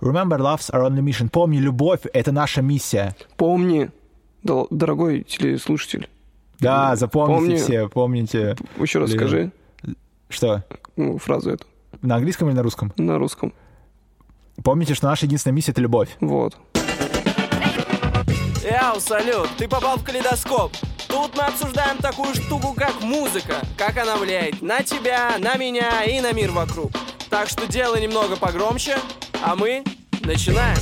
Remember, love's our only mission. Помни, любовь — это наша миссия. Помни, дорогой телеслушатель. Да, запомните все, помните. Еще раз скажи. Что? Фразу эту. На английском или на русском? На русском. Помните, что наша единственная миссия — это любовь. Вот. Яу, салют, ты попал в калейдоскоп. Тут мы обсуждаем такую штуку, как музыка. Как она влияет на тебя, на меня и на мир вокруг. Так что делай немного погромче, а мы начинаем.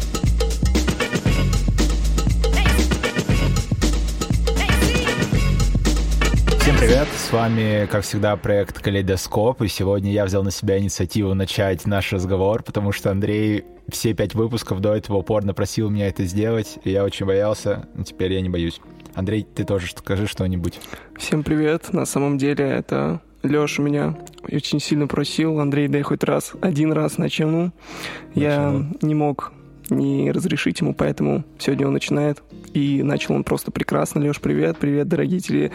Всем привет, с вами, как всегда, проект «Калейдоскоп», и сегодня я взял на себя инициативу начать наш разговор, потому что Андрей все 5 выпусков до этого упорно просил меня это сделать, и я очень боялся, но теперь я не боюсь. Андрей, ты тоже скажи что-нибудь. Всем привет, на самом деле это Лёша меня очень сильно просил. Андрей, дай хоть один раз начну. Я не мог не разрешить ему, поэтому сегодня он начинает, и начал он просто прекрасно. Лёш, привет, дорогие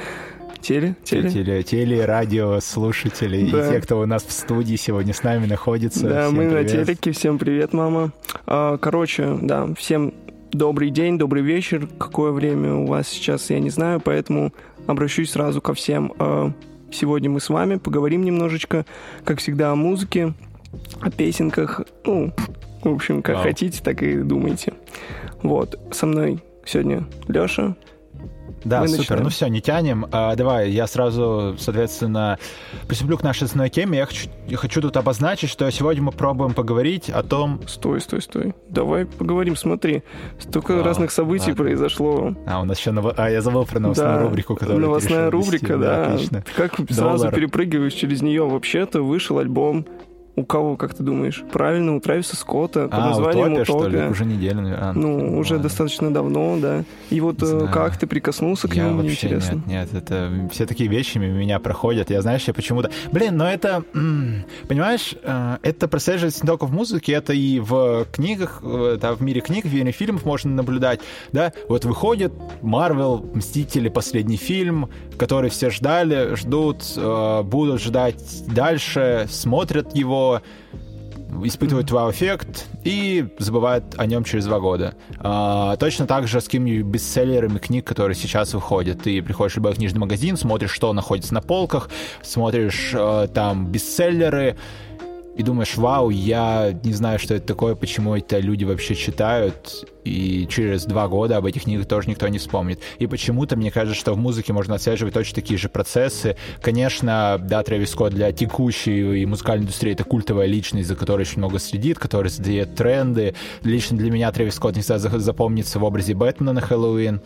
радиослушатели, да. И те, кто у нас в студии сегодня с нами находится. Да, всем мы привет. На телеке, всем привет, мама. Короче, да, всем добрый день, добрый вечер. Какое время у вас сейчас, я не знаю, поэтому обращусь сразу ко всем. Сегодня мы с вами поговорим немножечко, как всегда, о музыке, о песенках. Ну, в общем, как хотите, так и думайте. Вот, со мной сегодня Лёша. Да, мы супер. начинаем. Ну все, не тянем. Давай, я сразу, соответственно, приступлю к нашей основной теме. Я хочу тут обозначить, что сегодня мы пробуем поговорить о том... Стой. Давай поговорим, смотри. Столько разных событий произошло. У нас еще... я забыл про новостную рубрику, которую новостная ты решил рубрика, вести. да. Отлично. Ты как сразу перепрыгиваешь через нее. Вообще-то вышел альбом. У кого, как ты думаешь? Правильно, у Трэвиса Скотта под названием «Утопия», что ли? «Утопия». Уже неделю. Уже достаточно давно, да. И вот как ты прикоснулся к нему, мне интересно. Нет, это все такие вещи меня проходят. Я почему-то... но это... Понимаешь, это прослеживается не только в музыке, это и в книгах, в мире книг, в мире фильмов можно наблюдать, да. Вот выходит Марвел, Мстители, последний фильм, который все ждут, будут ждать дальше, смотрят его, испытывают вау-эффект и забывают о нем через 2 года. Точно так же с какими-нибудь бестселлерами книг, которые сейчас выходят. Ты приходишь в любой книжный магазин, смотришь, что находится на полках, смотришь там бестселлеры и думаешь: вау, я не знаю, что это такое, почему это люди вообще читают, и через 2 года об этих книгах тоже никто не вспомнит. И почему-то мне кажется, что в музыке можно отслеживать точно такие же процессы. Конечно, да, Трэвис Скотт для текущей и музыкальной индустрии — это культовая личность, за которой очень много следит, который задает тренды. Лично для меня Трэвис Скотт не всегда запомнится в образе Бэтмена на Хэллоуин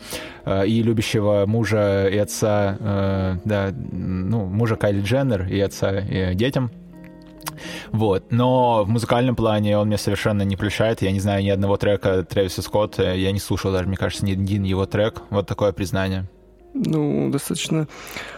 и любящего мужа и отца, мужа Кайли Дженнер и отца и детям. Вот, но в музыкальном плане он меня совершенно не прельщает. Я не знаю ни одного трека Трэвиса Скотта, я не слушал даже, мне кажется, ни один его трек. Вот такое признание. Достаточно.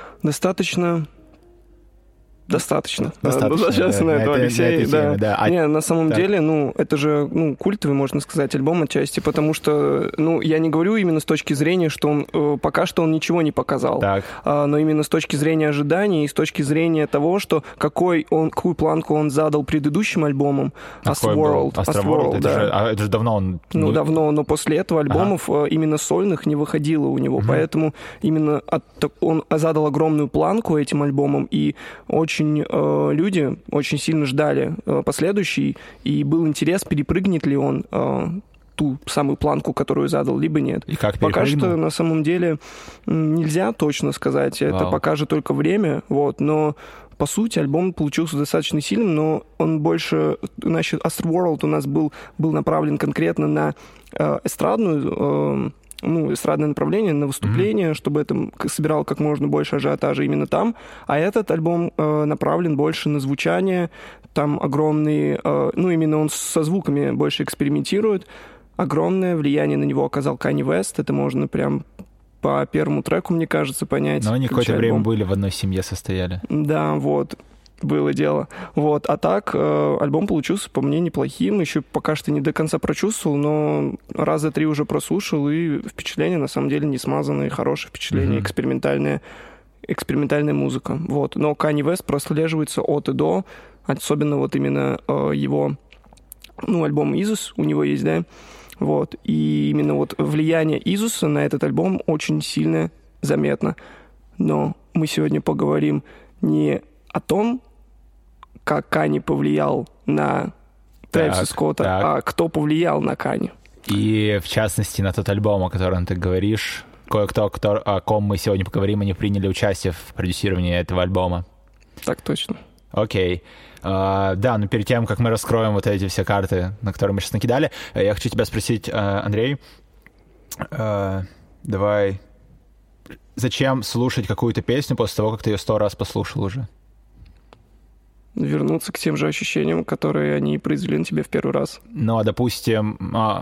Сейчас на это, Алексей. На самом деле, это же культовый, можно сказать, альбом отчасти, потому что, я не говорю именно с точки зрения, что он пока что он ничего не показал, но именно с точки зрения ожиданий и с точки зрения того, что какую планку он задал предыдущим альбомом Astroworld, да. Это же давно он... давно, но после этого альбомов именно сольных не выходило у него, поэтому именно он задал огромную планку этим альбомом, и люди очень сильно ждали последующий, и был интерес, перепрыгнет ли он ту самую планку, которую задал, либо нет. И как пока что, на самом деле, нельзя точно сказать, это покажет только время, но по сути альбом получился достаточно сильным, но он больше, значит, Astroworld у нас был направлен конкретно на эстрадное направление, на выступление, чтобы это собирало как можно больше ажиотажа именно там. А этот альбом направлен больше на звучание. Там огромные... именно он со звуками больше экспериментирует. Огромное влияние на него оказал Канье Уэст. Это можно прям по первому треку, мне кажется, понять. Но они какое-то время были в одной семье, состояли. Да, было дело. А так альбом получился, по мне, неплохим. Еще пока что не до конца прочувствовал, но раза 3 уже прослушал, и впечатление, на самом деле, не смазанное, хорошее впечатление, экспериментальная музыка. Но Канье Уэст прослеживается от и до, особенно именно его альбом Изус у него есть, да, вот, и именно вот влияние Изуса на этот альбом очень сильно заметно. Но мы сегодня поговорим не о том, как Канье повлиял на Трэвиса Скотта, а кто повлиял на Канье. И, в частности, на тот альбом, о котором ты говоришь, кое-кто, о ком мы сегодня поговорим, они приняли участие в продюсировании этого альбома. Так точно. Окей. Да, но перед тем, как мы раскроем вот эти все карты, на которые мы сейчас накидали, я хочу тебя спросить, Андрей, давай, зачем слушать какую-то песню после того, как ты ее 100 раз послушал уже? Вернуться к тем же ощущениям, которые они произвели на тебе в первый раз. Ну, а допустим...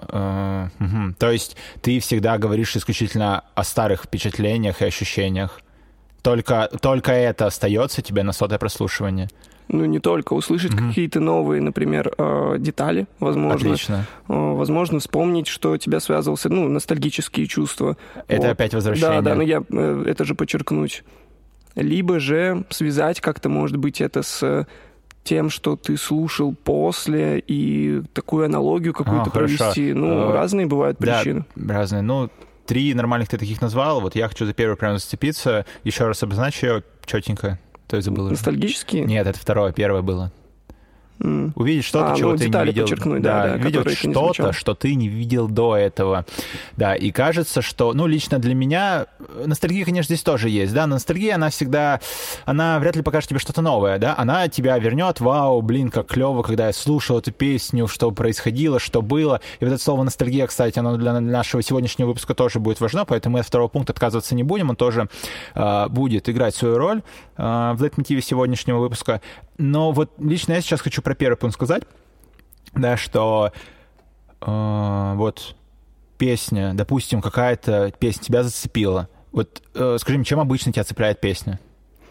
То есть ты всегда говоришь исключительно о старых впечатлениях и ощущениях. Только это остается тебе на 100-е прослушивание? Ну, не только. Услышать какие-то новые, например, детали, возможно. Отлично. Возможно, вспомнить, что тебя связывало, ностальгические чувства. Это опять возвращение. Да, но я это же подчеркнуть. Либо же связать как-то, может быть, это с тем, что ты слушал после, и такую аналогию какую-то провести. Разные бывают причины. Да, разные. 3 нормальных ты таких назвал. Вот я хочу за первую прямо зацепиться. Еще раз обозначь ее четенько. То есть забыл. Ностальгические? Нет, это второе, первое было. Увидеть что-то, чего ты не видел. Видеть что-то, что ты не видел до этого. Да, и кажется, что, лично для меня ностальгия, конечно, здесь тоже есть, да, но ностальгия, она вряд ли покажет тебе что-то новое, да, она тебя вернет, вау, блин, как клево, когда я слушал эту песню, что происходило, что было. И вот это слово ностальгия, кстати, оно для нашего сегодняшнего выпуска тоже будет важно, поэтому мы от второго пункта отказываться не будем, он тоже будет играть свою роль в лейтмотиве сегодняшнего выпуска. Но вот лично я сейчас хочу про первый пункт сказать, да, что вот песня, допустим, какая-то песня тебя зацепила. Вот скажи мне, чем обычно тебя цепляет песня?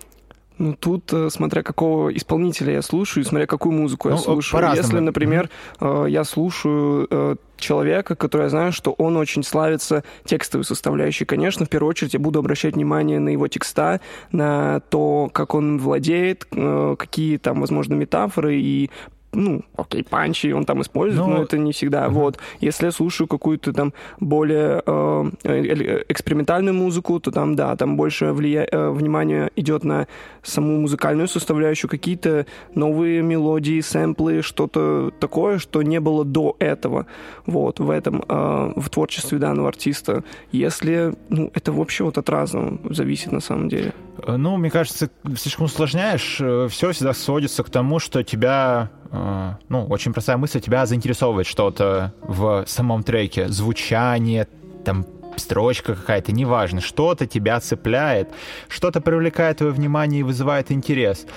Тут смотря какого исполнителя я слушаю, смотря какую музыку я слушаю. По-разному. Если, например, я слушаю человека, который я знаю, что он очень славится текстовой составляющей, конечно, в первую очередь я буду обращать внимание на его текста, на то, как он владеет, какие там, возможно, метафоры и панчи он там использует, но это не всегда. Вот. Если я слушаю какую-то там более экспериментальную музыку, то там больше внимание идет на саму музыкальную составляющую, какие-то новые мелодии, сэмплы, что-то такое, что не было до этого. Вот, в творчестве данного артиста. Если, это вообще от разного зависит на самом деле. Мне кажется, слишком усложняешь. Все всегда сводится к тому, что тебя... очень простая мысль, тебя заинтересовывает что-то в самом треке. Звучание, там, строчка какая-то, неважно. Что-то тебя цепляет, что-то привлекает твое внимание и вызывает интерес.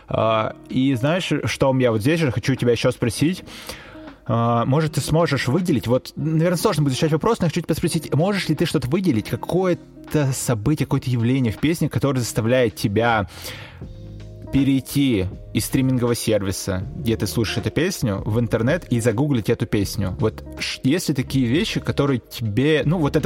И знаешь, что я вот здесь же хочу тебя еще спросить. Может, ты сможешь выделить, наверное, сложно будет изучать вопрос, но я хочу тебя спросить, можешь ли ты что-то выделить, какое-то событие, какое-то явление в песне, которое заставляет тебя перейти из стримингового сервиса, где ты слушаешь эту песню, в интернет и загуглить эту песню? Вот есть ли такие вещи, которые тебе,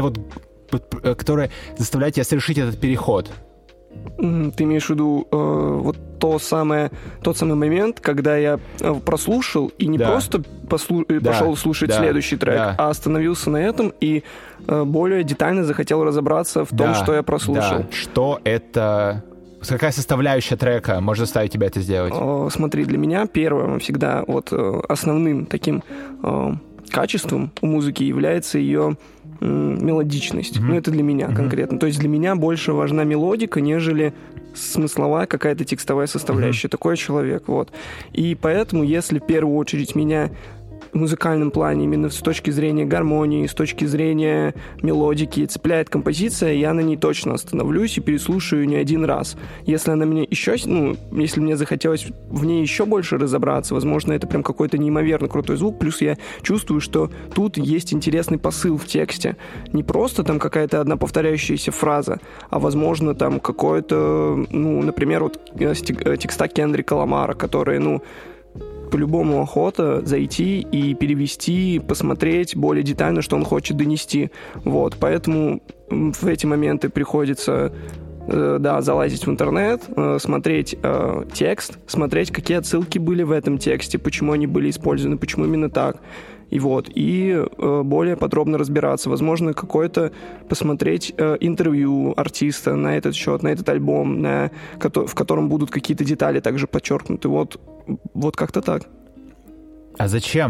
которые заставляют тебя совершить этот переход? Ты имеешь в виду тот самый момент, когда я прослушал и не просто пошел слушать следующий трек, а остановился на этом и более детально захотел разобраться в том, что я прослушал. Да. Что это... Какая составляющая трека может заставить тебя это сделать? Смотри, для меня первым всегда основным таким качеством у музыки является ее мелодичность. Это для меня конкретно. То есть для меня больше важна мелодика, нежели смысловая какая-то текстовая составляющая. Такой человек. Вот. И поэтому, если в первую очередь меня в музыкальном плане, именно с точки зрения гармонии, с точки зрения мелодики цепляет композиция, я на ней точно остановлюсь и переслушаю не один раз. Если она меня еще, если мне захотелось в ней еще больше разобраться, возможно, это прям какой-то неимоверно крутой звук, плюс я чувствую, что тут есть интересный посыл в тексте. Не просто там какая-то одна повторяющаяся фраза, а, возможно, там какое-то, например, текста Кендрика Ламара, которые, по-любому охота зайти и перевести, посмотреть более детально, что он хочет донести. Вот, поэтому в эти моменты приходится залазить в интернет, смотреть текст, смотреть, какие отсылки были в этом тексте, почему они были использованы, почему именно так. И более подробно разбираться. Возможно, посмотреть интервью артиста на этот счет, на этот альбом, в котором будут какие-то детали также подчеркнуты. Вот как-то так. А зачем?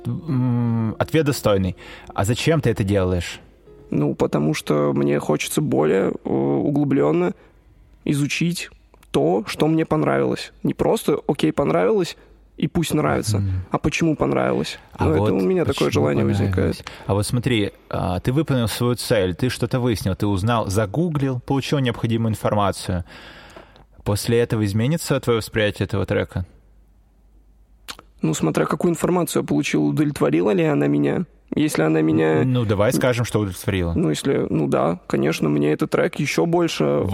Ответ достойный. А зачем ты это делаешь? Потому что мне хочется более углубленно изучить то, что мне понравилось. Не просто «окей, понравилось», и пусть нравится. А почему понравилось? Это у меня такое желание возникает. А вот смотри, ты выполнил свою цель, ты что-то выяснил, ты узнал, загуглил, получил необходимую информацию. После этого изменится твое восприятие этого трека? Смотря какую информацию я получил, удовлетворила ли она меня? Если она меня... давай скажем, что удовлетворила. Да, конечно, мне этот трек еще больше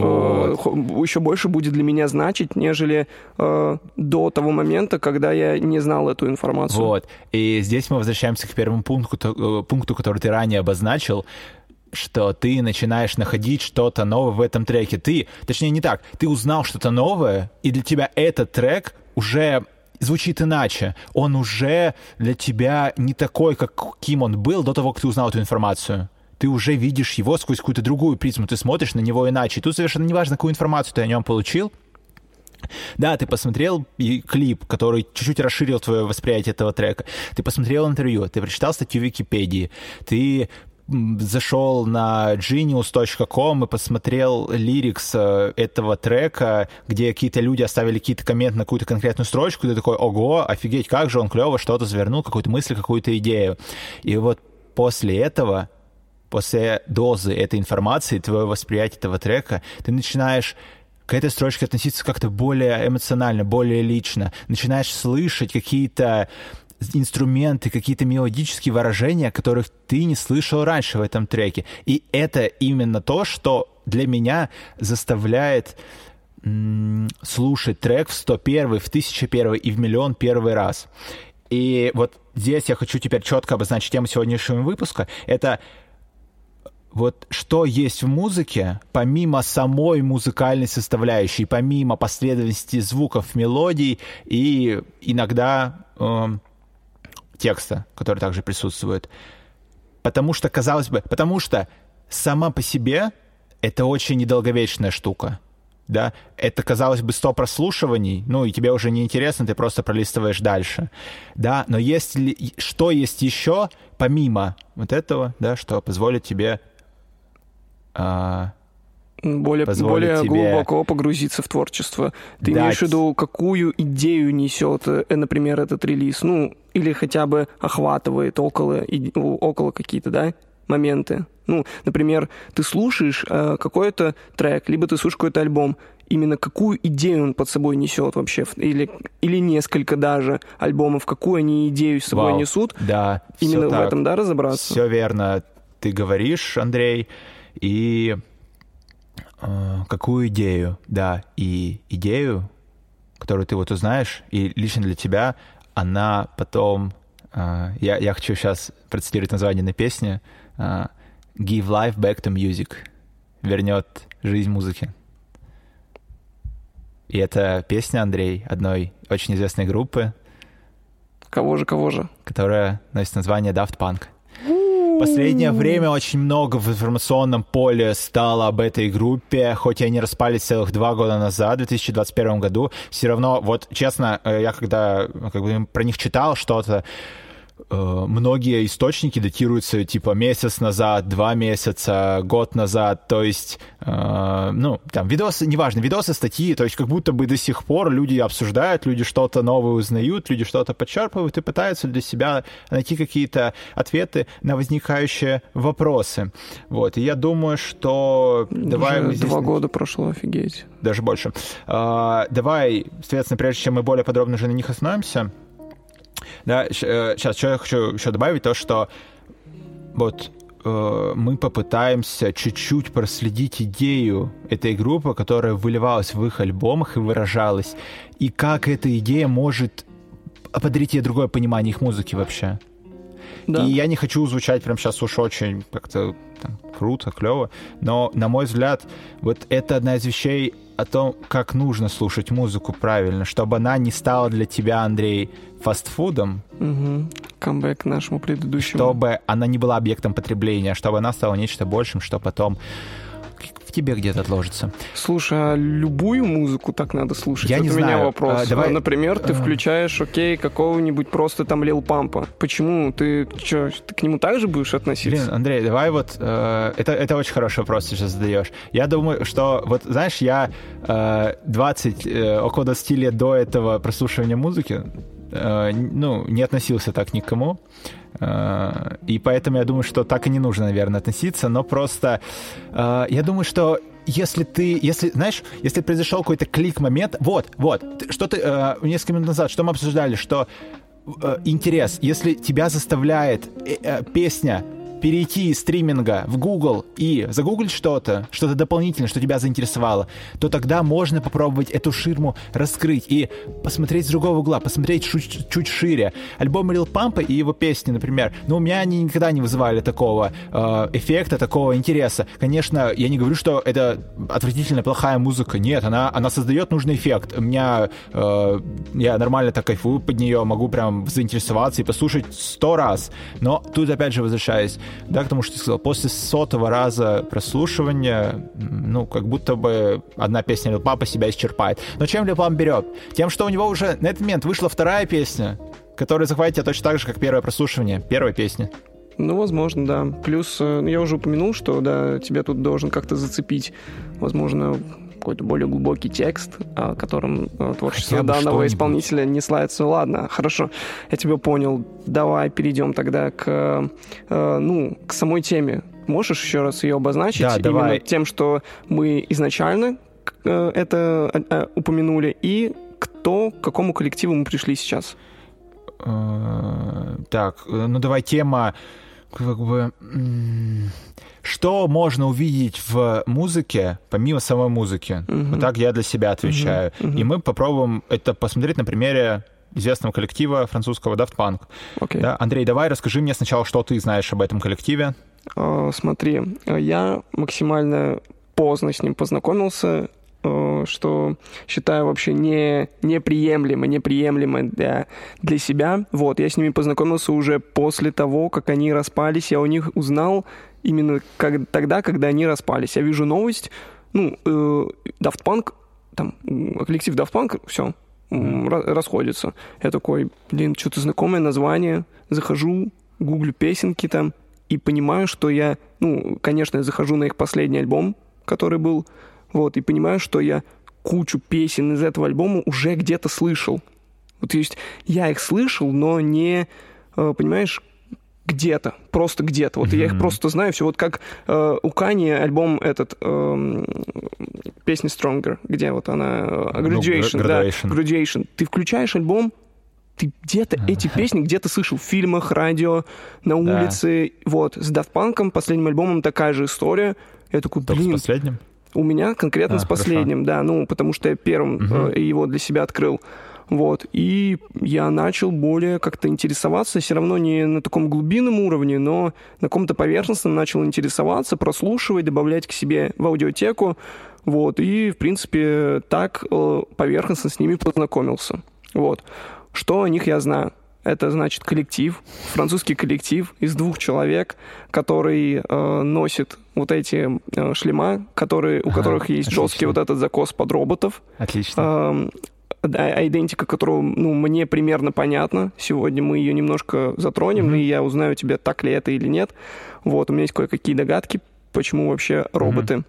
будет для меня значить, нежели до того момента, когда я не знал эту информацию. Вот. И здесь мы возвращаемся к первому пункту, который ты ранее обозначил, что ты начинаешь находить что-то новое в этом треке. Точнее, не так. Ты узнал что-то новое, и для тебя этот трек уже... звучит иначе. Он уже для тебя не такой, каким он был до того, как ты узнал эту информацию. Ты уже видишь его сквозь какую-то другую призму, ты смотришь на него иначе. И тут совершенно неважно, какую информацию ты о нем получил. Да, ты посмотрел клип, который чуть-чуть расширил твое восприятие этого трека. Ты посмотрел интервью, ты прочитал статью в Википедии, ты зашел на genius.com и посмотрел лирикс этого трека, где какие-то люди оставили какие-то комменты на какую-то конкретную строчку, и ты такой: ого, офигеть, как же он клево что-то завернул, какую-то мысль, какую-то идею. И вот после этого, после дозы этой информации, твое восприятие этого трека, ты начинаешь к этой строчке относиться как-то более эмоционально, более лично, начинаешь слышать какие-то инструменты, какие-то мелодические выражения, которых ты не слышал раньше в этом треке. И это именно то, что для меня заставляет слушать трек в 101, в 1001 и в миллион первый раз. И вот здесь я хочу теперь четко обозначить тему сегодняшнего выпуска. Это вот что есть в музыке, помимо самой музыкальной составляющей, помимо последовательности звуков, мелодий и иногда текста, который также присутствует. Потому что, казалось бы, сама по себе это очень недолговечная штука. Да? Это, казалось бы, 100 прослушиваний, и тебе уже не интересно, ты просто пролистываешь дальше. Да? Но что есть еще, помимо вот этого, да, что позволит тебе более глубоко погрузиться в творчество. Ты имеешь в виду, какую идею несет, например, этот релиз? Или хотя бы охватывает около какие-то, да, моменты. Например, ты слушаешь какой-то трек, либо ты слушаешь какой-то альбом. Именно какую идею он под собой несет вообще? Или несколько даже альбомов, какую они идею с собой несут? Да, именно в этом, да, разобраться? Все верно. Ты говоришь, Андрей, и... какую идею, да, и идею, которую ты вот узнаешь, и лично для тебя, она потом, я хочу сейчас процитировать название на песне, «Give life back to music», вернет жизнь музыке. И это песня, Андрей, одной очень известной группы. Кого же? Которая носит название Daft Punk. В последнее время очень много в информационном поле стало об этой группе, хоть и они распались целых 2 года назад, в 2021 году, все равно, вот честно, я когда про них читал что-то, многие источники датируются типа месяц назад, 2 месяца, год назад, то есть, там видосы, неважно, видосы, статьи, то есть как будто бы до сих пор люди обсуждают, люди что-то новое узнают, люди что-то подчерпывают и пытаются для себя найти какие-то ответы на возникающие вопросы. Вот, и я думаю, что... Давай уже 2 года прошло, офигеть. Даже больше. Давай, соответственно, прежде чем мы более подробно уже на них остановимся, да, сейчас, что я хочу еще добавить, то, что вот мы попытаемся чуть-чуть проследить идею этой группы, которая выливалась в их альбомах и выражалась, и как эта идея может подарить ей другое понимание их музыки вообще. Да. И я не хочу звучать прямо сейчас уж очень как-то там, круто, клево, но, на мой взгляд, вот это одна из вещей о том, как нужно слушать музыку правильно, чтобы она не стала для тебя, Андрей, фастфудом. Камбэк к нашему предыдущему. Чтобы она не была объектом потребления, чтобы она стала нечто большим, что потом в тебе где-то отложится. Слушай, а любую музыку так надо слушать? Я вот не у меня знаю. вопрос. Давай... Например, ты включаешь, какого-нибудь просто там Лил Пампа. Почему? Ты к нему так же будешь относиться? Блин, Андрей, давай вот... это очень хороший вопрос ты сейчас задаешь. Я думаю, что... Вот, знаешь, я около 20 лет до этого прослушивания музыки не относился так ни к кому. И поэтому я думаю, что так и не нужно, наверное, относиться, но просто я думаю, что если произошел какой-то клик-момент, что ты несколько минут назад, что мы обсуждали, что интерес, если тебя заставляет песня перейти из стриминга в Google и загуглить что-то дополнительное, что тебя заинтересовало, то тогда можно попробовать эту ширму раскрыть и посмотреть с другого угла, посмотреть чуть шире. Альбом Lil Pump и его песни, например, у меня они никогда не вызывали такого эффекта, такого интереса. Конечно, я не говорю, что это отвратительная, плохая музыка. Нет, она создает нужный эффект. Я нормально так кайфую под нее, могу прям заинтересоваться и послушать 100 раз. Но тут опять же возвращаюсь к тому, что ты сказал, после 100-го раза прослушивания, как будто бы одна песня Lil Pump себя исчерпает. Но чем Lil Pump берет? Тем, что у него уже на этот момент вышла вторая песня, которая захватит тебя точно так же, как первое прослушивание, первая песня. Возможно, да. Плюс я уже упомянул, что тебя тут должен как-то зацепить, возможно, какой-то более глубокий текст, о котором творчество данного исполнителя не славится. Ладно, хорошо, я тебя понял. Давай перейдем тогда к самой теме. Можешь еще раз ее обозначить? Да, давай. Именно тем, что мы изначально это упомянули, и к какому коллективу мы пришли сейчас? Давай тема что можно увидеть в музыке, помимо самой музыки. Вот так я для себя отвечаю. И мы попробуем это посмотреть на примере известного коллектива французского Daft Punk. Okay. Да? Андрей, давай расскажи мне сначала, что ты знаешь об этом коллективе. Смотри, я максимально поздно с ним познакомился, что считаю вообще неприемлемо для себя. Я с ними познакомился уже после того, как они распались. Я у них узнал именно тогда, когда они распались. Я вижу новость, Daft Punk, коллектив Daft Punk, все, расходится. Я такой, что-то знакомое название, захожу, гуглю песенки там, и понимаю, что я, конечно, я захожу на их последний альбом, который был, и понимаю, что я кучу песен из этого альбома уже где-то слышал. То есть я их слышал, но не, понимаешь, где-то, просто где-то. Я их просто знаю. Все как у Kanye альбом этот, песня Stronger, где она, Graduation. Ты включаешь альбом, ты где-то эти песни где-то слышал в фильмах, радио, на улице. С Daft Punk'ом, последним альбомом такая же история. Я такой, с последним? У меня конкретно с последним, хорошо. Да, потому что я первым его для себя открыл. И я начал более как-то интересоваться, все равно не на таком глубинном уровне, но на каком-то поверхностном начал интересоваться, прослушивать, добавлять к себе в аудиотеку, и, в принципе, так поверхностно с ними познакомился. Что о них я знаю? Это, значит, коллектив, французский коллектив из 2 человек, который носит эти шлема, у которых есть жесткий этот закос под роботов. Отлично. Идентика которого, мне примерно понятна. Сегодня мы ее немножко затронем, и я узнаю тебя, так ли это или нет. У меня есть кое-какие догадки, почему вообще роботы.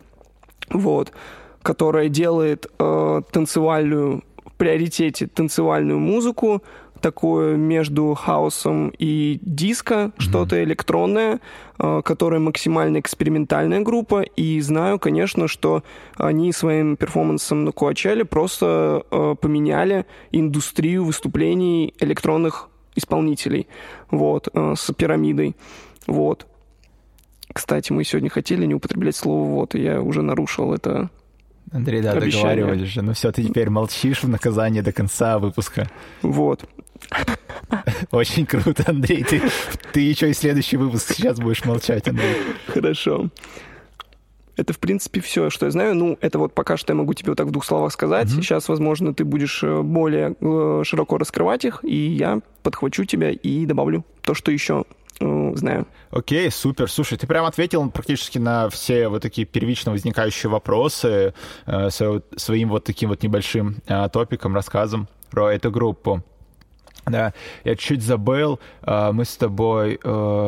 Которая делает в приоритете танцевальную музыку, такое между хаосом и диско, что-то электронное, которая максимально экспериментальная группа, и знаю, конечно, что они своим перформансом на Coachella просто поменяли индустрию выступлений электронных исполнителей, с пирамидой, Кстати, мы сегодня хотели не употреблять слово и я уже нарушил это. Андрей, да, договаривались же. Ну все, ты теперь молчишь в наказание до конца выпуска. Вот. Очень круто, Андрей. Ты еще и следующий выпуск сейчас будешь молчать, Андрей. Хорошо. Это, в принципе, все, что я знаю. Ну, это вот пока что я могу тебе вот так в 2 словах сказать. Сейчас, возможно, ты будешь более широко раскрывать их, и я подхвачу тебя и добавлю то, что еще знаю. Окей, супер. Слушай, ты прям ответил практически на все вот такие первично возникающие вопросы своим вот таким вот небольшим топиком, рассказом про эту группу. Да, я чуть забыл, мы с тобой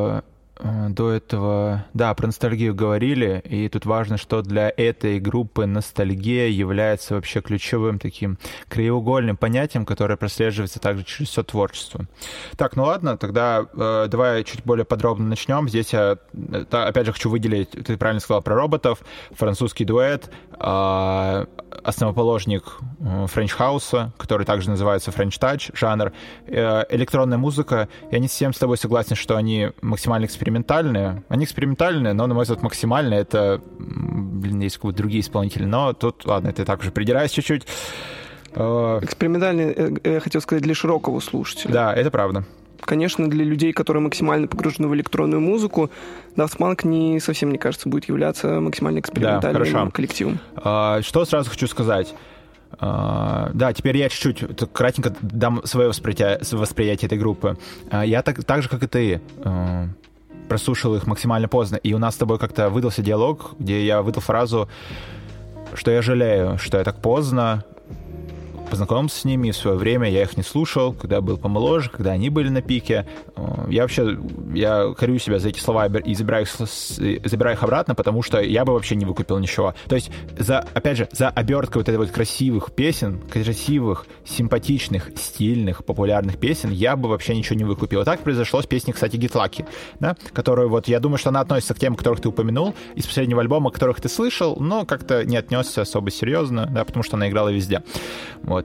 до этого, да, про ностальгию говорили, и тут важно, что для этой группы ностальгия является вообще ключевым таким краеугольным понятием, которое прослеживается также через все творчество. Так, ну ладно, тогда давай чуть более подробно начнем. Здесь я, опять же, хочу выделить, ты правильно сказал про роботов, французский дуэт, основоположник френч-хауса, который также называется French Touch, жанр, электронная музыка. Я не совсем с тобой согласен, что они максимально экспериментальные. Они экспериментальные, но, на мой взгляд, максимально. Это, есть какие-то другие исполнители, но тут, ладно, это так уже придираюсь чуть-чуть. Экспериментальные, я хотел сказать, для широкого слушателя. Да, это правда. Конечно, для людей, которые максимально погружены в электронную музыку, Daft Punk не совсем, мне кажется, будет являться максимально экспериментальным коллективом. Что сразу хочу сказать. Да, теперь я чуть-чуть кратенько дам свое восприятие этой группы. Я так же, как и ты, прослушал их максимально поздно, и у нас с тобой как-то выдался диалог, где я выдал фразу, что я жалею, что я так поздно познакомился с ними, и в свое время я их не слушал, когда я был помоложе, когда они были на пике. Я корю себя за эти слова и забираю их обратно, потому что я бы вообще не выкупил ничего. То есть, опять же, за оберткой вот этой вот красивых песен, красивых, симпатичных, стильных, популярных песен я бы вообще ничего не выкупил. И так произошло с песней, кстати, Get Lucky, да, которую вот, я думаю, что она относится к тем, которых ты упомянул, из последнего альбома, которых ты слышал, но как-то не отнесся особо серьезно, да, потому что она играла везде. Вот.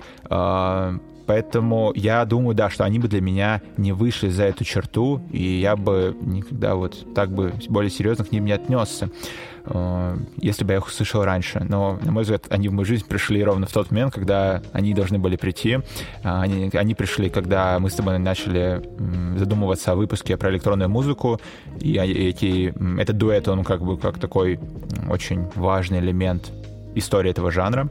Поэтому я думаю, да, что они бы для меня не вышли за эту черту, и я бы никогда вот так бы более серьезно к ним не отнесся, если бы я их услышал раньше. Но, на мой взгляд, они в мою жизнь пришли ровно в тот момент, когда они должны были прийти. Они пришли, когда мы с тобой начали задумываться о выпуске про электронную музыку, и этот дуэт, он как бы как такой очень важный элемент истории этого жанра.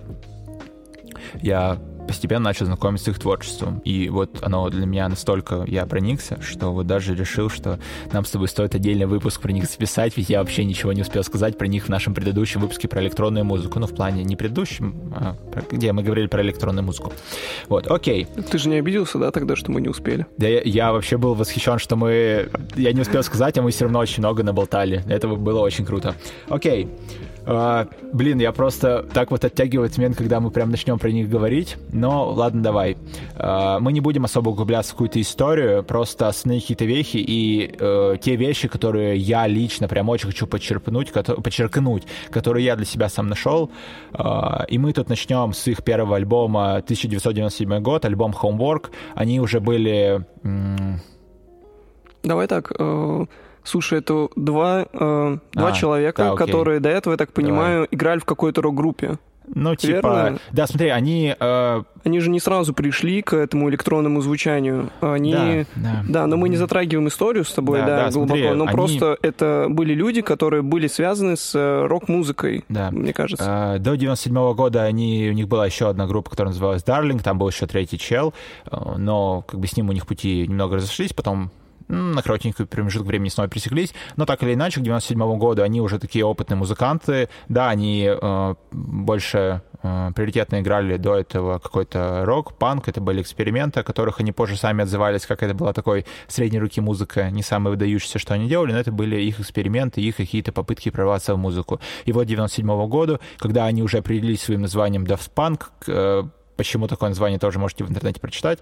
Я постепенно начал знакомиться с их творчеством. И вот оно для меня настолько я проникся, что вот даже решил, что нам с тобой стоит отдельный выпуск про них записать, ведь я вообще ничего не успел сказать про них в нашем предыдущем выпуске про электронную музыку. Ну, в плане не предыдущем, где мы говорили про электронную музыку. Вот, окей. Ты же не обиделся, да, тогда, что мы не успели? Да, я вообще был восхищен, что я не успел сказать, а мы все равно очень много наболтали. Это было очень круто. Окей. Я просто так вот оттягиваю этот момент, когда мы прям начнем про них говорить. Но ладно, давай. Мы не будем особо углубляться в какую-то историю, просто основные какие-то вехи и те вещи, которые я лично прям очень хочу подчеркнуть, которые я для себя сам нашел. И мы тут начнем с их первого альбома 1997 год, альбом Homework. Они уже были... Давай так... Слушай, это два человека, которые до этого, я так понимаю, играли в какой-то рок-группе. Ну, типа... Верно? Да, смотри, они... Они же не сразу пришли к этому электронному звучанию. Да, но мы не затрагиваем историю с тобой, глубоко. Смотри, но просто это были люди, которые были связаны с рок-музыкой, мне кажется. До 97-го года у них была еще одна группа, которая называлась Darling, там был еще третий чел, но как бы с ним у них пути немного разошлись, потом на коротенький промежуток времени снова пересеклись, но так или иначе, к 97 году они уже такие опытные музыканты, да, они больше приоритетно играли до этого какой-то рок, панк, это были эксперименты, о которых они позже сами отзывались, как это была такой средней руки музыка, не самая выдающаяся, что они делали, но это были их эксперименты, их какие-то попытки прорваться в музыку. И вот 97 года, когда они уже определились своим названием Daft Punk, почему такое название тоже можете в интернете прочитать,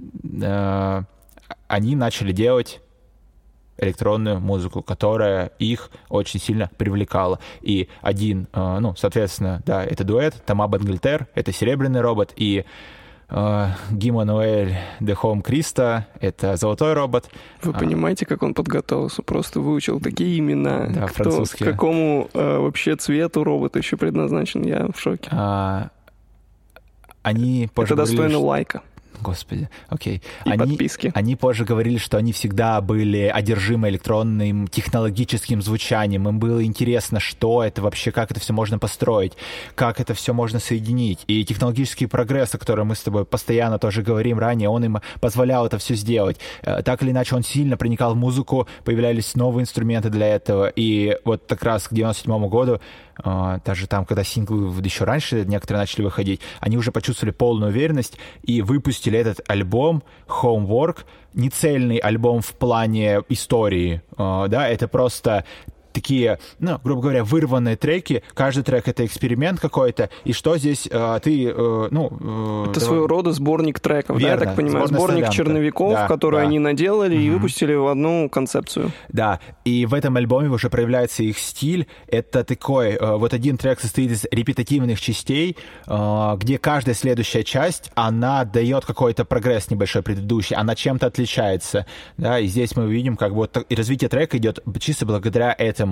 они начали делать электронную музыку, которая их очень сильно привлекала. И соответственно, да, это дуэт, Тома Бангальтер, это серебряный робот, и Гимануэль де Хоум Криста, это «Золотой робот». Вы понимаете, как он подготовился? Просто выучил такие имена. Да, французские. К какому вообще цвету робот еще предназначен? Я в шоке. Они позже это достойно лайка. Господи, окей. И подписки. Они позже говорили, что они всегда были одержимы электронным технологическим звучанием. Им было интересно, что это вообще, как это все можно построить, как это все можно соединить. И технологический прогресс, о котором мы с тобой постоянно тоже говорим ранее, он им позволял это все сделать. Так или иначе, он сильно проникал в музыку, появлялись новые инструменты для этого. И вот как раз к 97 году, даже там, когда синглы еще раньше некоторые начали выходить, они уже почувствовали полную уверенность и выпустили этот альбом Homework, не цельный альбом в плане истории, да, это просто такие, ну, грубо говоря, вырванные треки. Каждый трек — это эксперимент какой-то. И что здесь ты, это своего рода сборник треков, верно, да, я так понимаю? Сборник черновиков, да, которые они наделали и выпустили в одну концепцию. Да, и в этом альбоме уже проявляется их стиль. Это такой, вот один трек состоит из репетативных частей, где каждая следующая часть, она дает какой-то прогресс небольшой предыдущий, она чем-то отличается, да, и здесь мы видим, как вот развитие трека идет чисто благодаря этому.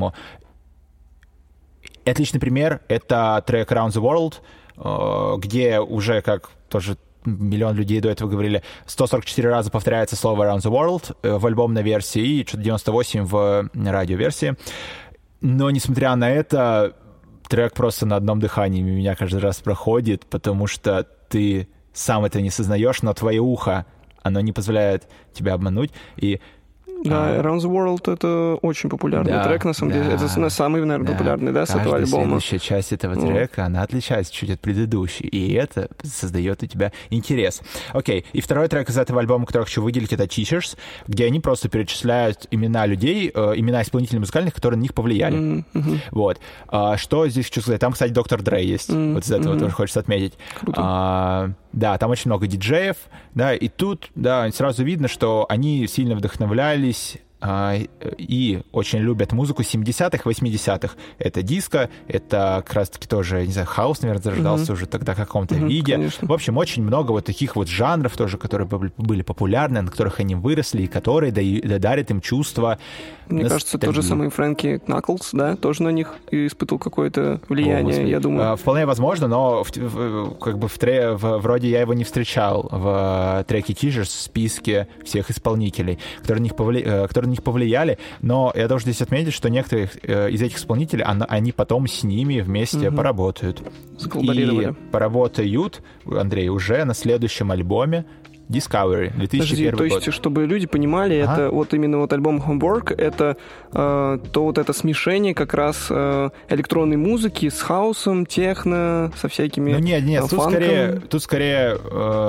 Отличный пример — это трек Around the World, где уже, как тоже миллион людей до этого говорили, 144 раза повторяется слово Around the World в альбомной версии и что-то 98 в радиоверсии. Но, несмотря на это, трек просто на одном дыхании меня каждый раз проходит, потому что ты сам это не сознаешь, но твое ухо, оно не позволяет тебя обмануть, и да, Around the World — это очень популярный трек, на самом деле. Это самый, наверное, популярный, да, с этого альбома. Следующая часть этого трека, она отличается чуть от предыдущей, и это создает у тебя интерес. Окей, и второй трек из этого альбома, который хочу выделить, это Teachers, где они просто перечисляют имена людей, имена исполнителей музыкальных, которые на них повлияли. Вот. Что здесь хочу сказать? Там, кстати, Доктор Дрей есть. Вот из этого тоже хочется отметить. Круто. Да, там очень много диджеев, да, и тут, да, сразу видно, что они сильно вдохновлялись и очень любят музыку 70-х, 80-х. Это диско, это как раз-таки тоже, не знаю, хаус, наверное, зарождался уже тогда в каком-то виде. Конечно. В общем, очень много вот таких вот жанров тоже, которые были популярны, на которых они выросли, и которые дарят им чувство. Мне кажется, тот же самый Фрэнки Кнаклз, да, тоже на них испытывал какое-то влияние, я думаю. Вполне возможно, но как бы вроде я его не встречал в треке Teachers в списке всех исполнителей, которые на них повлияли, но я должен здесь отметить, что некоторые из этих исполнителей, они потом с ними вместе поработают. И поработают, Андрей, уже на следующем альбоме Discovery, 2001 год. То есть, чтобы люди понимали, это вот именно вот альбом Homework, это то вот это смешение как раз электронной музыки с хаусом, техно, со всякими нет, фанком. тут скорее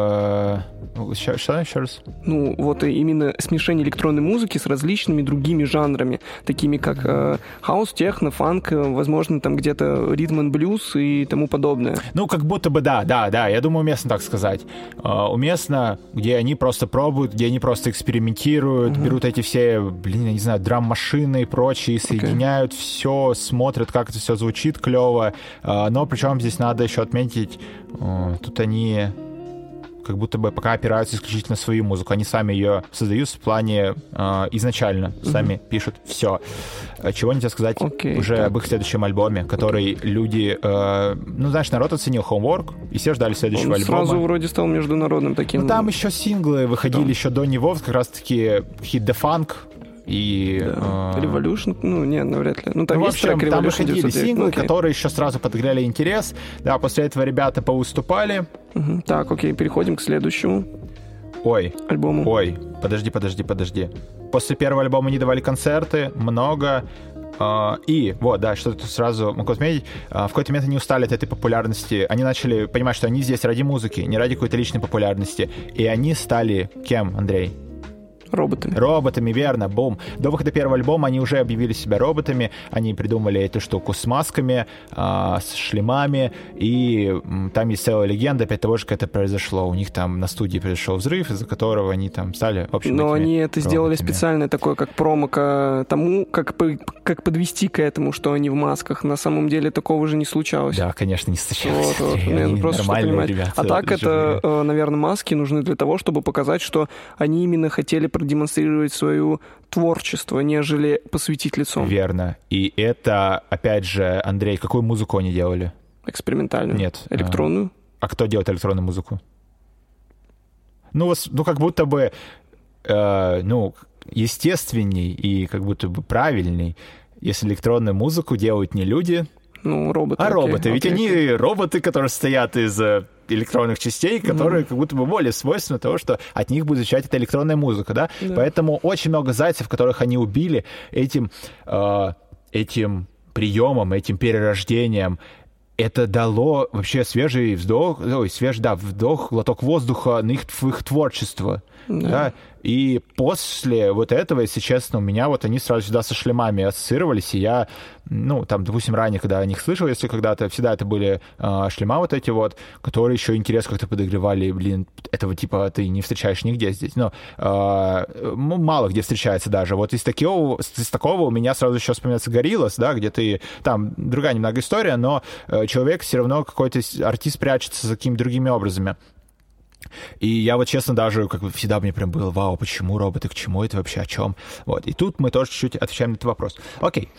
что еще раз? Ну, вот именно смешение электронной музыки с различными другими жанрами, такими как хаус, техно, фанк, возможно, там где-то ритм энд блюз и тому подобное. Ну, как будто бы да, я думаю, уместно так сказать. Уместно, где они просто пробуют, где они просто экспериментируют, берут эти все, я не знаю, драм-машины и прочие, соединяют все, смотрят, как это все звучит клево. Но причем здесь надо еще отметить, тут они как будто бы пока опираются исключительно на свою музыку. Они сами ее создают в плане изначально, сами пишут все. Чего нельзя сказать уже об их следующем альбоме, который люди... знаешь, народ оценил Homework, и все ждали следующего альбома. Сразу вроде стал международным таким. Ну, там еще синглы выходили еще до него, как раз-таки Hit the Funk и... Revolution? Навряд ли. Там в есть общем, трек Revolution. Там выходили синглы, которые еще сразу подогрели интерес. Да, после этого ребята повыступали. Так, переходим к следующему альбому. Подожди. После первого альбома они давали концерты, много. И вот, да, что тут сразу могу отметить, в какой-то момент они устали от этой популярности. Они начали понимать, что они здесь ради музыки, не ради какой-то личной популярности. И они стали кем, Андрей? Роботами, верно, бум. До выхода первого альбома они уже объявили себя роботами, они придумали эту штуку с масками, с шлемами, и там есть целая легенда, опять того же, как это произошло. У них там на студии произошел взрыв, из-за которого они там стали, в общем, но они это роботами. Сделали специально такое, как промо к тому, как подвести к этому, что они в масках. На самом деле такого же не случалось. Да, конечно, не случалось. Просто нормальные ребята. А так это, наверное, маски нужны для того, чтобы показать, что они именно хотели продемонстрировать свое творчество, нежели посвятить лицом. Верно. И это, опять же, Андрей, какую музыку они делали? Экспериментальную? Нет. Электронную? А кто делает электронную музыку? Ну, как будто бы, естественней и как будто бы правильней, если электронную музыку делают не люди, роботы. А роботы. Ведь они роботы, которые состоят из электронных частей, которые как будто бы более свойственны того, что от них будет звучать эта электронная музыка, да? Поэтому очень много зайцев, которых они убили этим приемом, этим перерождением, это дало вообще свежий вдох, глоток воздуха на их творчество. Да. И после вот этого, если честно, у меня вот они сразу сюда со шлемами ассоциировались, и я, там, допустим, ранее, когда о них слышал, если когда-то, всегда это были шлема вот эти вот, которые еще интерес как-то подогревали, этого типа ты не встречаешь нигде здесь, мало где встречается даже. Вот из такого у меня сразу еще вспоминается Gorillaz, да, где ты, там другая немного история, но человек все равно какой-то артист прячется за какими-то другими образами. И я вот, честно, даже как бы всегда мне прям было, вау, почему роботы, к чему это вообще, о чем? Вот. И тут мы тоже чуть-чуть отвечаем на этот вопрос. Окей.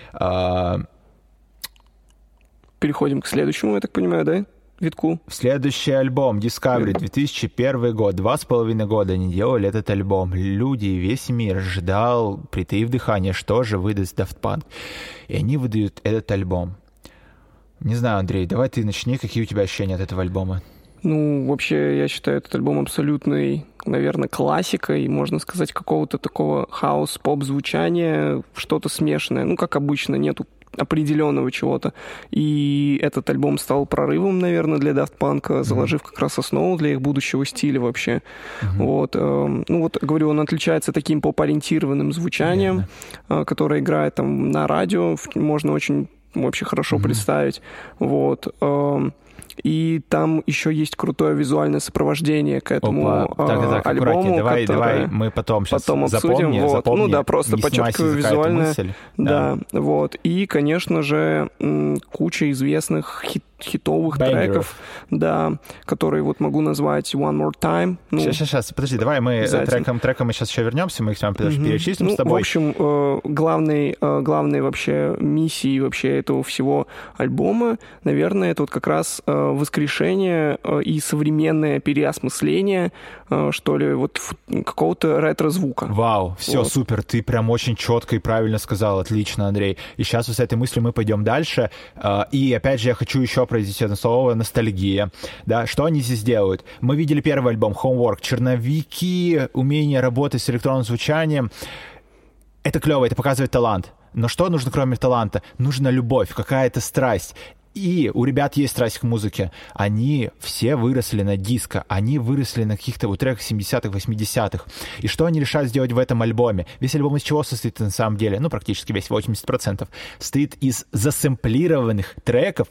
Переходим к следующему, я так понимаю, да? Витку. Следующий альбом Discovery, 2001 год. 2,5 года они делали этот альбом. Люди, весь мир ждал, притаив дыхание, что же выдаст Daft Punk. И они выдают этот альбом. Не знаю, Андрей, давай ты начни, какие у тебя ощущения от этого альбома? Вообще, я считаю этот альбом абсолютной, наверное, классикой, можно сказать, какого-то такого хаус-поп-звучания, что-то смешанное. Как обычно, нету определенного чего-то. И этот альбом стал прорывом, наверное, для Daft Punk, заложив как раз основу для их будущего стиля вообще. Говорю, он отличается таким поп-ориентированным звучанием, которое играет там на радио, можно очень вообще хорошо представить. И там еще есть крутое визуальное сопровождение к этому альбому. Давай мы потом обсудим. Запомни, просто подчеркиваю визуальное. Да. И, конечно же, куча известных хитовых треков, да, которые вот могу назвать One More Time. Сейчас, подожди, давай мы треком мы сейчас еще вернемся, мы их с вами перечислим с тобой. В общем, главной вообще миссией вообще этого всего альбома, наверное, это вот как раз воскрешение и современное переосмысление, что ли, вот какого-то ретро-звука. Вау, все, супер, ты прям очень четко и правильно сказал, отлично, Андрей. И сейчас вот с этой мыслью мы пойдем дальше. И опять же, я хочу еще произнести одно слово — ностальгия. Да, что они здесь делают? Мы видели первый альбом Homework, черновики, умение работать с электронным звучанием. Это клево, это показывает талант. Но что нужно, кроме таланта? Нужна любовь, какая-то страсть. И у ребят есть страсть к музыке. Они все выросли на диско, они выросли на каких-то вот треках 70-х, 80-х. И что они решают сделать в этом альбоме? Весь альбом из чего состоит на самом деле? Практически весь, 80%. Состоит из засэмплированных треков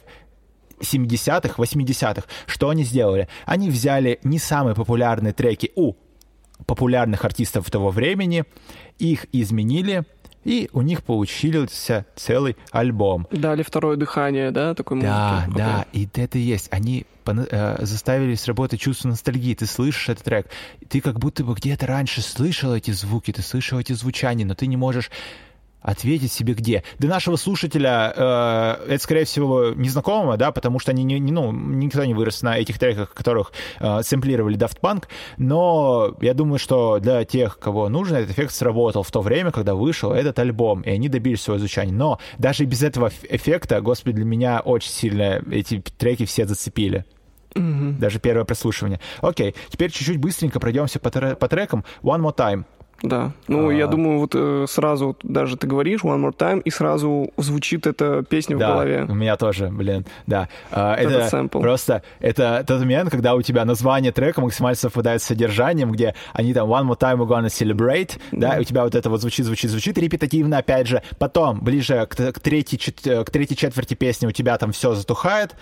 70-х, 80-х. Что они сделали? Они взяли не самые популярные треки у популярных артистов того времени, их изменили, и у них получился целый альбом. Дали второе дыхание, да, такой музыки? Да, и это и есть. Они заставили сработать чувство ностальгии. Ты слышишь этот трек, ты как будто бы где-то раньше слышал эти звуки, ты слышал эти звучания, но ты не можешь ответить себе где. Для нашего слушателя это, скорее всего, незнакомо, да, потому что они никто не вырос на этих треках, которых сэмплировали Daft Punk, но я думаю, что для тех, кого нужно, этот эффект сработал в то время, когда вышел этот альбом, и они добились своего звучания. Но даже без этого эффекта, господи, для меня очень сильно эти треки все зацепили. Даже первое прослушивание. Окей, теперь чуть-чуть быстренько пройдемся по трекам. One More Time. Да. Ну, я думаю, вот сразу даже ты говоришь One More Time, и сразу звучит эта песня в голове. Да, у меня тоже, блин, да. Это сэмпл. Просто, это тот момент, когда у тебя название трека максимально совпадает с содержанием, где они там One More Time we're gonna celebrate, да, и у тебя вот это вот звучит репетативно, опять же. Потом, ближе к третьей четверти песни у тебя там все затухает,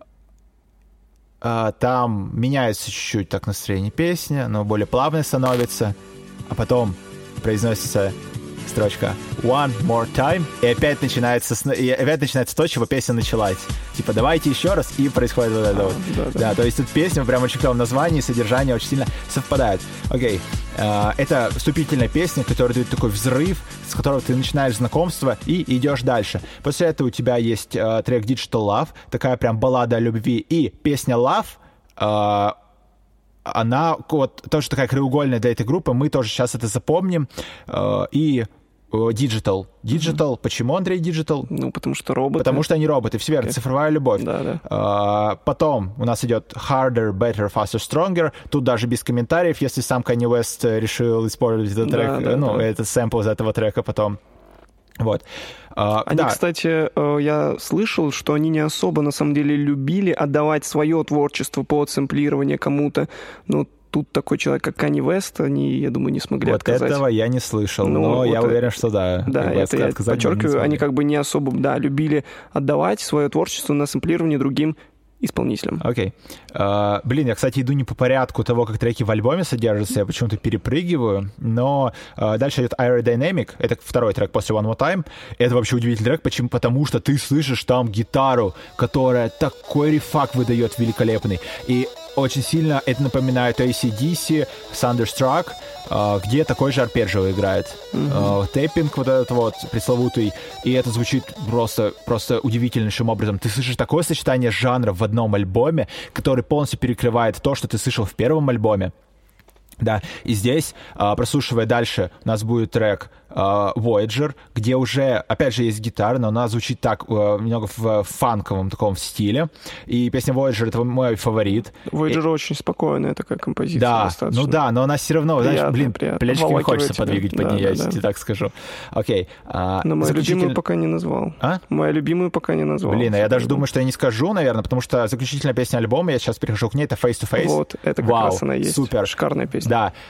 там меняется чуть-чуть так настроение песни, но более плавное становится. А потом произносится строчка One More Time, и опять начинается то, чего песня началась. Типа, давайте еще раз, и происходит вот это вот. Да, то есть тут песня прям очень клевом названии, содержание очень сильно совпадает. Окей. Это вступительная песня, которая дает такой взрыв, с которого ты начинаешь знакомство и идешь дальше. После этого у тебя есть трек Digital Love, такая прям баллада о любви, и песня Love, она вот тоже такая краеугольная для этой группы, мы тоже сейчас это запомним. И Digital. Digital. Почему, Андрей, Digital? Ну, потому что роботы. Потому что они роботы, все верно, цифровая любовь. Да. Потом у нас идет Harder, Better, Faster, Stronger. Тут даже без комментариев, если сам Kanye West решил использовать этот трек, этот сэмпл из этого трека потом. Вот. Они, кстати, я слышал, что они не особо, на самом деле, любили отдавать свое творчество под сэмплирование кому-то. Но тут такой человек, как Kanye West, они, я думаю, не смогли отказать. Вот этого я не слышал, но вот я уверен, что да. Да, это я подчеркиваю, они как бы не особо, любили отдавать свое творчество на сэмплирование другим исполнителем. Окей. Блин, я, кстати, иду не по порядку того, как треки в альбоме содержатся, я почему-то перепрыгиваю, но дальше идет Aerodynamic, это второй трек после One More Time. Это вообще удивительный трек, почему? Потому что ты слышишь там гитару, которая такой рефак выдает великолепный. И очень сильно это напоминает AC/DC, Thunderstruck, где такой же арпеджио играет. Тэппинг вот этот вот пресловутый, и это звучит просто удивительнейшим образом. Ты слышишь такое сочетание жанров в одном альбоме, который полностью перекрывает то, что ты слышал в первом альбоме. Да, и здесь, прослушивая дальше, у нас будет трек Voyager, где уже, опять же, есть гитара, но она звучит так, немного в фанковом таком стиле. И песня Voyager — это мой фаворит. Voyager очень спокойная такая композиция. Да, достаточно. ну да, но она все равно, знаешь, плечики не хочется подвигать под нее, если так скажу. Окей. Но мою любимую пока не назвал. Мою любимую пока не назвал. Блин, а я даже думаю, что я не скажу, наверное, потому что заключительная песня альбома, я сейчас перехожу к ней, это Face to Face. Вот, это как раз она есть. Супер. Шикарная песня.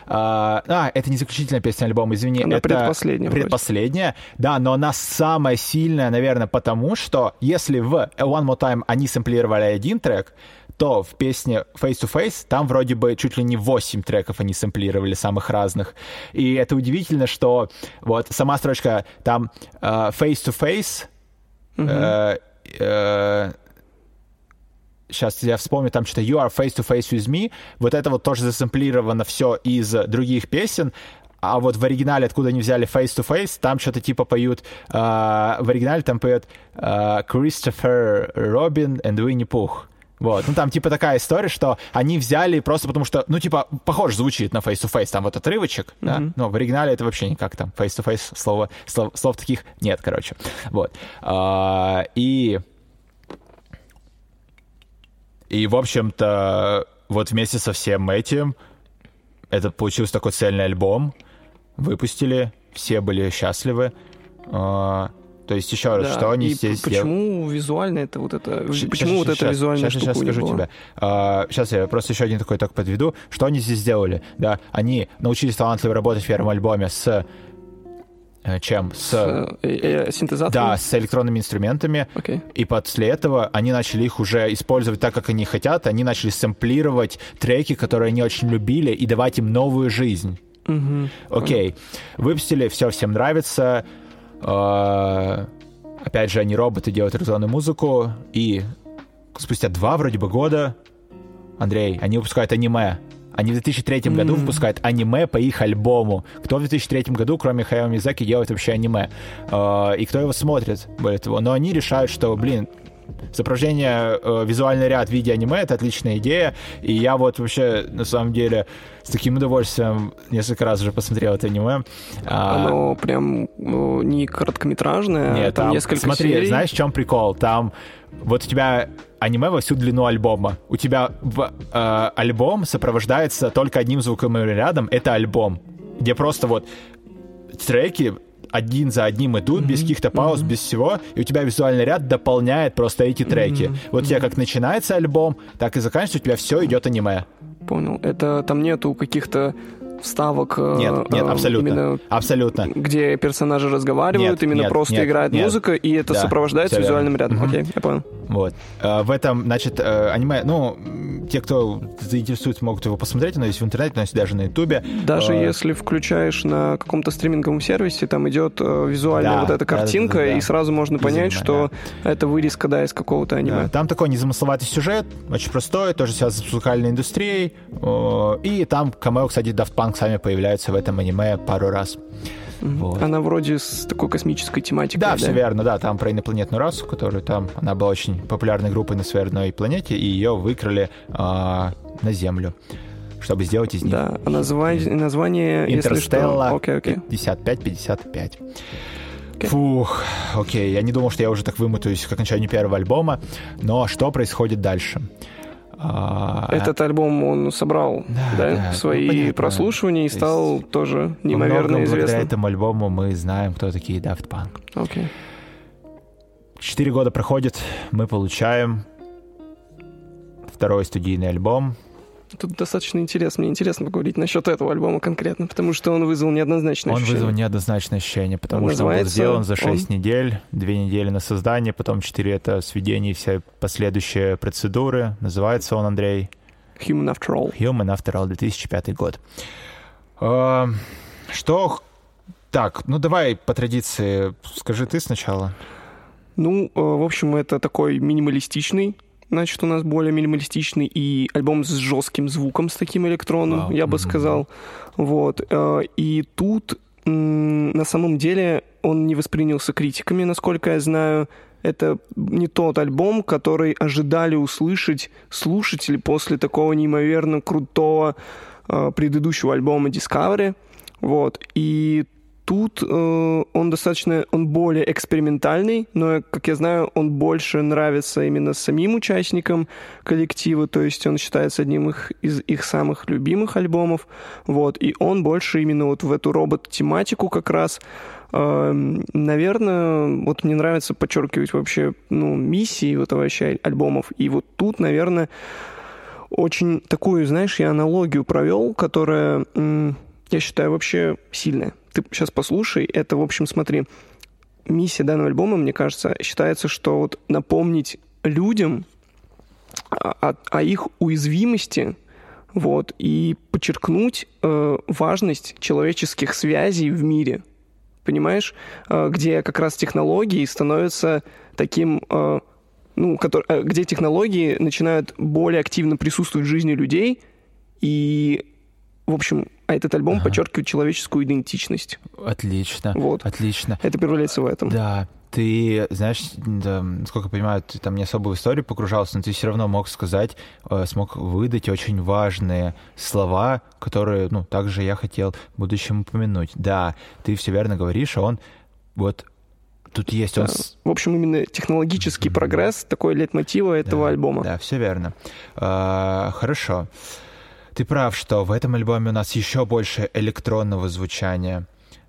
Да. Это не заключительная песня альбома, извини. Она это предпоследняя. Да, но она самая сильная, наверное, потому что если в One More Time они сэмплировали один трек, то в песне Face to Face там вроде бы чуть ли не 8 треков они сэмплировали самых разных. И это удивительно, что вот сама строчка там Face to Face... Сейчас я вспомню, там что-то You are face to face with me. Вот это вот тоже засэмплировано все из других песен. А вот в оригинале, откуда они взяли Face to Face, там что-то типа поют... в оригинале там поют Christopher Robin and Winnie Pooh. Вот. Ну, там типа такая история, что они взяли просто потому что, ну, типа, похоже звучит на Face to Face, там вот отрывочек, да? Но в оригинале это вообще никак там. Face to Face, слов таких нет, короче. Вот. И, в общем-то, вот вместе со всем этим это получился такой цельный альбом. Выпустили, все были счастливы. То есть, еще раз, что они здесь сделали? Почему визуально это вот это... Почему вот эта визуальная штука сейчас скажу тебе. Сейчас я просто еще один такой итог подведу. Что они здесь сделали? Да, они научились талантливо работать в первом альбоме с... Чем? Синтезатором? Да, с электронными инструментами. Okay. И после этого они начали их уже использовать так, как они хотят. Они начали сэмплировать треки, которые они очень любили, и давать им новую жизнь. Окей. Выпустили, все всем нравится. Опять же, они роботы, делают электронную музыку. И спустя 2 вроде бы года, Андрей, они выпускают аниме. Они в 2003 году выпускают аниме по их альбому. Кто в 2003 году, кроме Хаяо Миядзаки, делает вообще аниме? И кто его смотрит, более того? Но они решают, что, сопровождение визуальный ряд в виде аниме — это отличная идея. И я вот вообще, на самом деле, с таким удовольствием несколько раз уже посмотрел это аниме. Оно прям не короткометражное, нет, там несколько смотри, серий. Знаешь, в чем прикол? Там вот у тебя аниме во всю длину альбома. У тебя альбом сопровождается только одним звуковым рядом — это альбом. где просто вот треки один за одним идут, без каких-то пауз, без всего, и у тебя визуальный ряд дополняет просто эти треки. Вот у тебя как начинается альбом, так и заканчивается, у тебя все идет аниме. Понял. Это там нету каких-то вставок. Нет, абсолютно. Абсолютно. Где персонажи разговаривают, просто играет музыка, и это сопровождается визуальным рядом. Окей, я понял. Вот. В этом, значит, аниме, те, кто заинтересуется, могут его посмотреть, оно есть в интернете, оно есть даже на Ютубе. Даже если включаешь на каком-то стриминговом сервисе, там идет визуальная вот эта картинка, и сразу можно понять, что это вырезка, из какого-то аниме. Там такой незамысловатый сюжет, очень простой, тоже связан с музыкальной индустрией, и там камео, кстати, Daft Punk сами появляются в этом аниме пару раз. Вот. Она вроде с такой космической тематикой. Да, все верно, да. Там про инопланетную расу, которую там... Она была очень популярной группой на своей родной планете, и ее выкрали на Землю, чтобы сделать из них... Да, а название Интерстелла 5555. Фух, окей. Я не думал, что я уже так вымотаюсь к окончанию первого альбома, но что происходит дальше? Этот альбом он собрал свои прослушивания и стал тоже неимоверно известным. Благодаря этому альбому мы знаем, кто такие Daft Punk. Okay. 4 года проходит, мы получаем второй студийный альбом. Тут достаточно интересно. Мне интересно поговорить насчет этого альбома конкретно, потому что он вызвал неоднозначное ощущение. Он вызвал неоднозначное ощущение, потому что он был сделан за 6 недель, 2 недели на создание, потом 4 — это сведение и все последующие процедуры. Называется он, Андрей? Human After All. Human After All, 2005 год. Что... Так, давай по традиции скажи ты сначала. В общем, это такой минималистичный, значит, у нас более минималистичный и альбом с жестким звуком, с таким электронным, я бы сказал. Вот. И тут на самом деле он не воспринялся критиками, насколько я знаю. Это не тот альбом, который ожидали услышать слушатели после такого неимоверно крутого предыдущего альбома Discovery. Вот. И тут он более экспериментальный, но, как я знаю, он больше нравится именно самим участникам коллектива, то есть он считается одним из их самых любимых альбомов, вот, и он больше именно вот в эту робот-тематику как раз. Наверное, вот мне нравится подчеркивать вообще, миссии вот вообще альбомов, и вот тут, наверное, очень такую, знаешь, я аналогию провел, которая, я считаю, вообще сильная. Ты сейчас послушай, это, в общем, смотри, миссия данного альбома, мне кажется, считается, что вот напомнить людям о их уязвимости, вот, и подчеркнуть важность человеческих связей в мире, понимаешь, где как раз технологии становятся таким, где технологии начинают более активно присутствовать в жизни людей, и, в общем, этот альбом подчеркивает человеческую идентичность. Отлично. Вот. Отлично. Это проявляется в этом. Да. Ты, знаешь, насколько я понимаю, ты там не особо в историю погружался, но ты все равно мог выдать очень важные слова, которые, также я хотел в будущем упомянуть. Да, ты все верно говоришь, а он вот тут есть... Да. В общем, именно технологический прогресс, такой лейтмотив этого альбома. Да, все верно. Хорошо. Ты прав, что в этом альбоме у нас еще больше электронного звучания.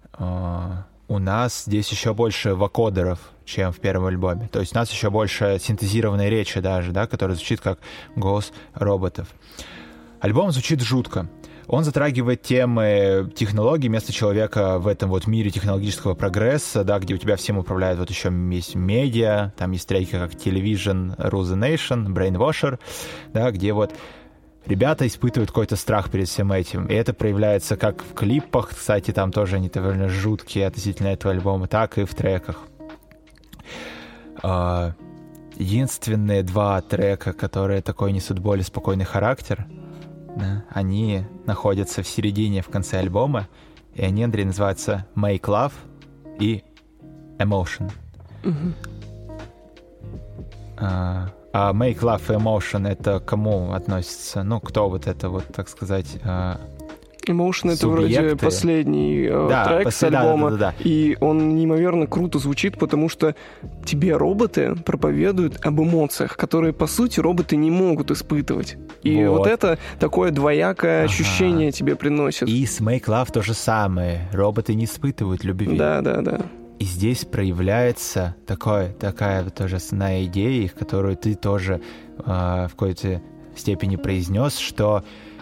У нас здесь еще больше вокодеров, чем в первом альбоме. То есть у нас еще больше синтезированной речи даже, да, которая звучит как голос роботов. Альбом звучит жутко. Он затрагивает темы технологий, место человека в этом вот мире технологического прогресса, да, где у тебя всем управляет вот еще есть медиа, там есть треки как Television, Rule the Nation, Brainwasher, да, где вот ребята испытывают какой-то страх перед всем этим. И это проявляется как в клипах, кстати, там тоже они довольно жуткие относительно этого альбома, так и в треках. Единственные 2 трека, которые такой несут более спокойный характер, да, они находятся в середине, в конце альбома, и они, Андрей, называются Make Love и Emotion. А Make Love и Emotion — это кому относится? Кто вот это вот, так сказать... Emotion — это вроде последний трек с альбома, да. И он неимоверно круто звучит, потому что тебе роботы проповедуют об эмоциях, которые, по сути, роботы не могут испытывать. И вот это такое двоякое ощущение тебе приносит. И с Make Love то же самое. Роботы не испытывают любви. Да. И здесь проявляется такая тоже основная идея, которую ты тоже в какой-то степени произнес, что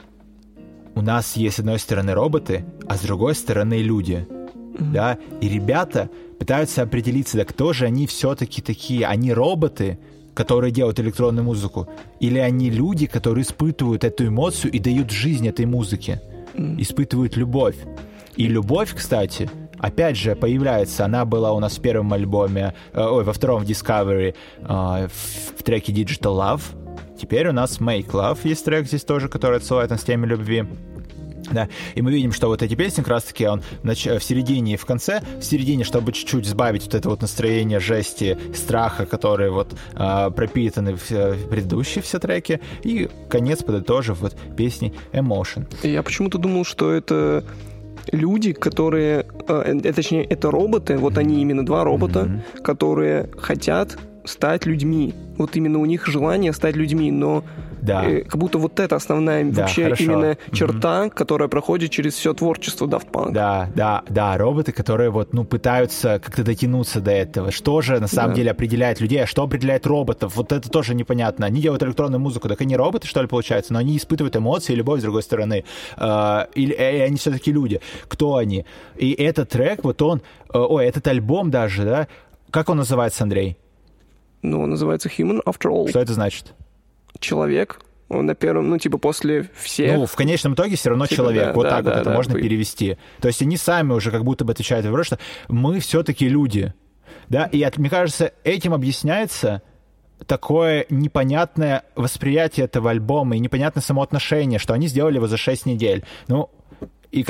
у нас есть, с одной стороны, роботы, а с другой стороны люди. Да? И ребята пытаются определиться, да кто же они все-таки такие. Они роботы, которые делают электронную музыку, или они люди, которые испытывают эту эмоцию и дают жизнь этой музыке, испытывают любовь. И любовь, кстати, опять же, появляется. Она была у нас в первом альбоме, во втором в Discovery, в треке Digital Love. Теперь у нас Make Love есть трек здесь тоже, который отсылает нас к теме любви. Да. И мы видим, что вот эти песни, как раз-таки, он в середине и в конце, в середине, чтобы чуть-чуть сбавить вот это вот настроение жести, страха, которые вот пропитаны в предыдущие все треки, и конец подытожив вот песни Emotion. Я почему-то думал, что это люди, которые, точнее, это роботы, вот они именно два робота, которые хотят стать людьми. Вот именно у них желание стать людьми, но как будто вот это основная вообще именно черта, которая проходит через все творчество Daft Punk. Да, роботы, которые вот, пытаются как-то дотянуться до этого. Что же на самом деле определяет людей, а что определяет роботов? Вот это тоже непонятно. Они делают электронную музыку, так они роботы, что ли, получается, но они испытывают эмоции и любовь с другой стороны. Или они все-таки люди. Кто они? И этот трек, вот он, этот альбом даже, да, как он называется, Андрей? Он называется Human After All. Что это значит? Человек. Он на первом, после всех. В конечном итоге все равно человек. Это можно перевести. То есть они сами уже как будто бы отвечают вопрос, что мы все-таки люди. Да? И мне кажется, этим объясняется такое непонятное восприятие этого альбома и непонятное самоотношение, что они сделали его за 6 недель. И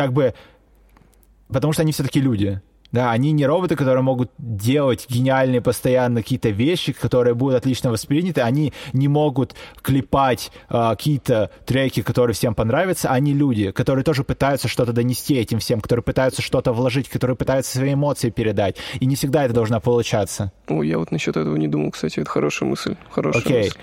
потому что они все-таки люди. Да, они не роботы, которые могут делать гениальные постоянно какие-то вещи, которые будут отлично восприняты. Они не могут клепать какие-то треки, которые всем понравятся. Они люди, которые тоже пытаются что-то донести этим всем, которые пытаются что-то вложить, которые пытаются свои эмоции передать. И не всегда это должно получаться. Я вот насчет этого не думал, кстати. Это хорошая мысль. Окей.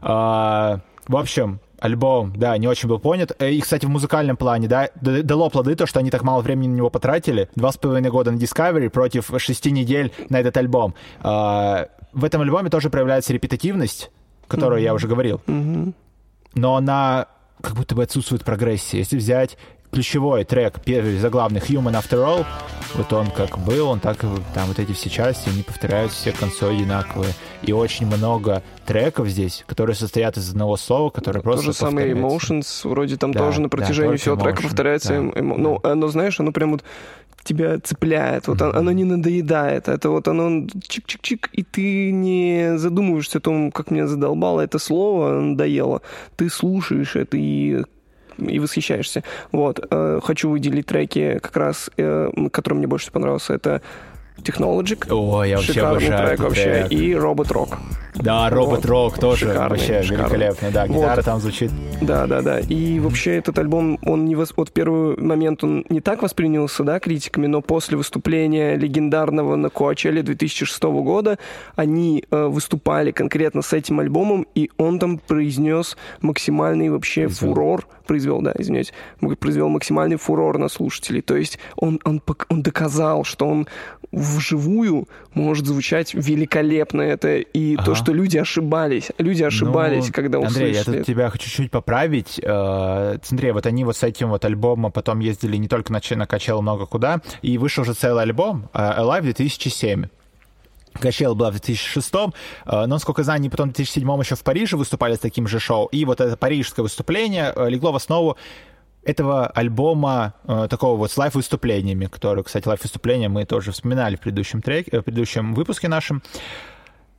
В общем, альбом, не очень был понят. И, кстати, в музыкальном плане, дало плоды то, что они так мало времени на него потратили. 2,5 года на Discovery против 6 недель на этот альбом. В этом альбоме тоже проявляется репетативность, которую я уже говорил. Но она как будто бы отсутствует прогрессия. Если взять ключевой трек, первый заглавный Human After All, вот он как был, он так, там вот эти все части, они повторяются все к концу одинаковые. И очень много треков здесь, которые состоят из одного слова, которые просто то же самое Emotions, вроде там тоже на протяжении всего трека повторяется. Оно, знаешь, оно прям вот тебя цепляет, вот оно не надоедает, это вот оно чик-чик-чик, и ты не задумываешься о том, как меня задолбало это слово, надоело. Ты слушаешь это и восхищаешься. Хочу выделить треки, как раз, который мне больше понравился, это Technologic. Я вообще обожаю трек вообще. И Robot Rock. Да, Robot Rock тоже вообще великолепный. Да, гитара там звучит. Да. И вообще этот альбом, он в первый момент он не так воспринялся, критиками, но после выступления легендарного на Coachella 2006 года они выступали конкретно с этим альбомом, и он там произнес максимальный вообще фурор. Произвел максимальный фурор на слушателей. То есть он доказал, что он вживую может звучать великолепно. Это и то, что люди ошибались. Когда услышали. Андрей, я тут тебя хочу чуть поправить. Смотри, вот они с этим альбомом потом ездили не только на Coachella, много куда, и вышел уже целый альбом Alive 2007. Coachella была в 2006, но, насколько знаю, они потом в 2007 еще в Париже выступали с таким же шоу, и вот это парижское выступление легло в основу этого альбома такого с лайв-выступлениями, которые, кстати, лайв-выступления мы тоже вспоминали в предыдущем выпуске нашем.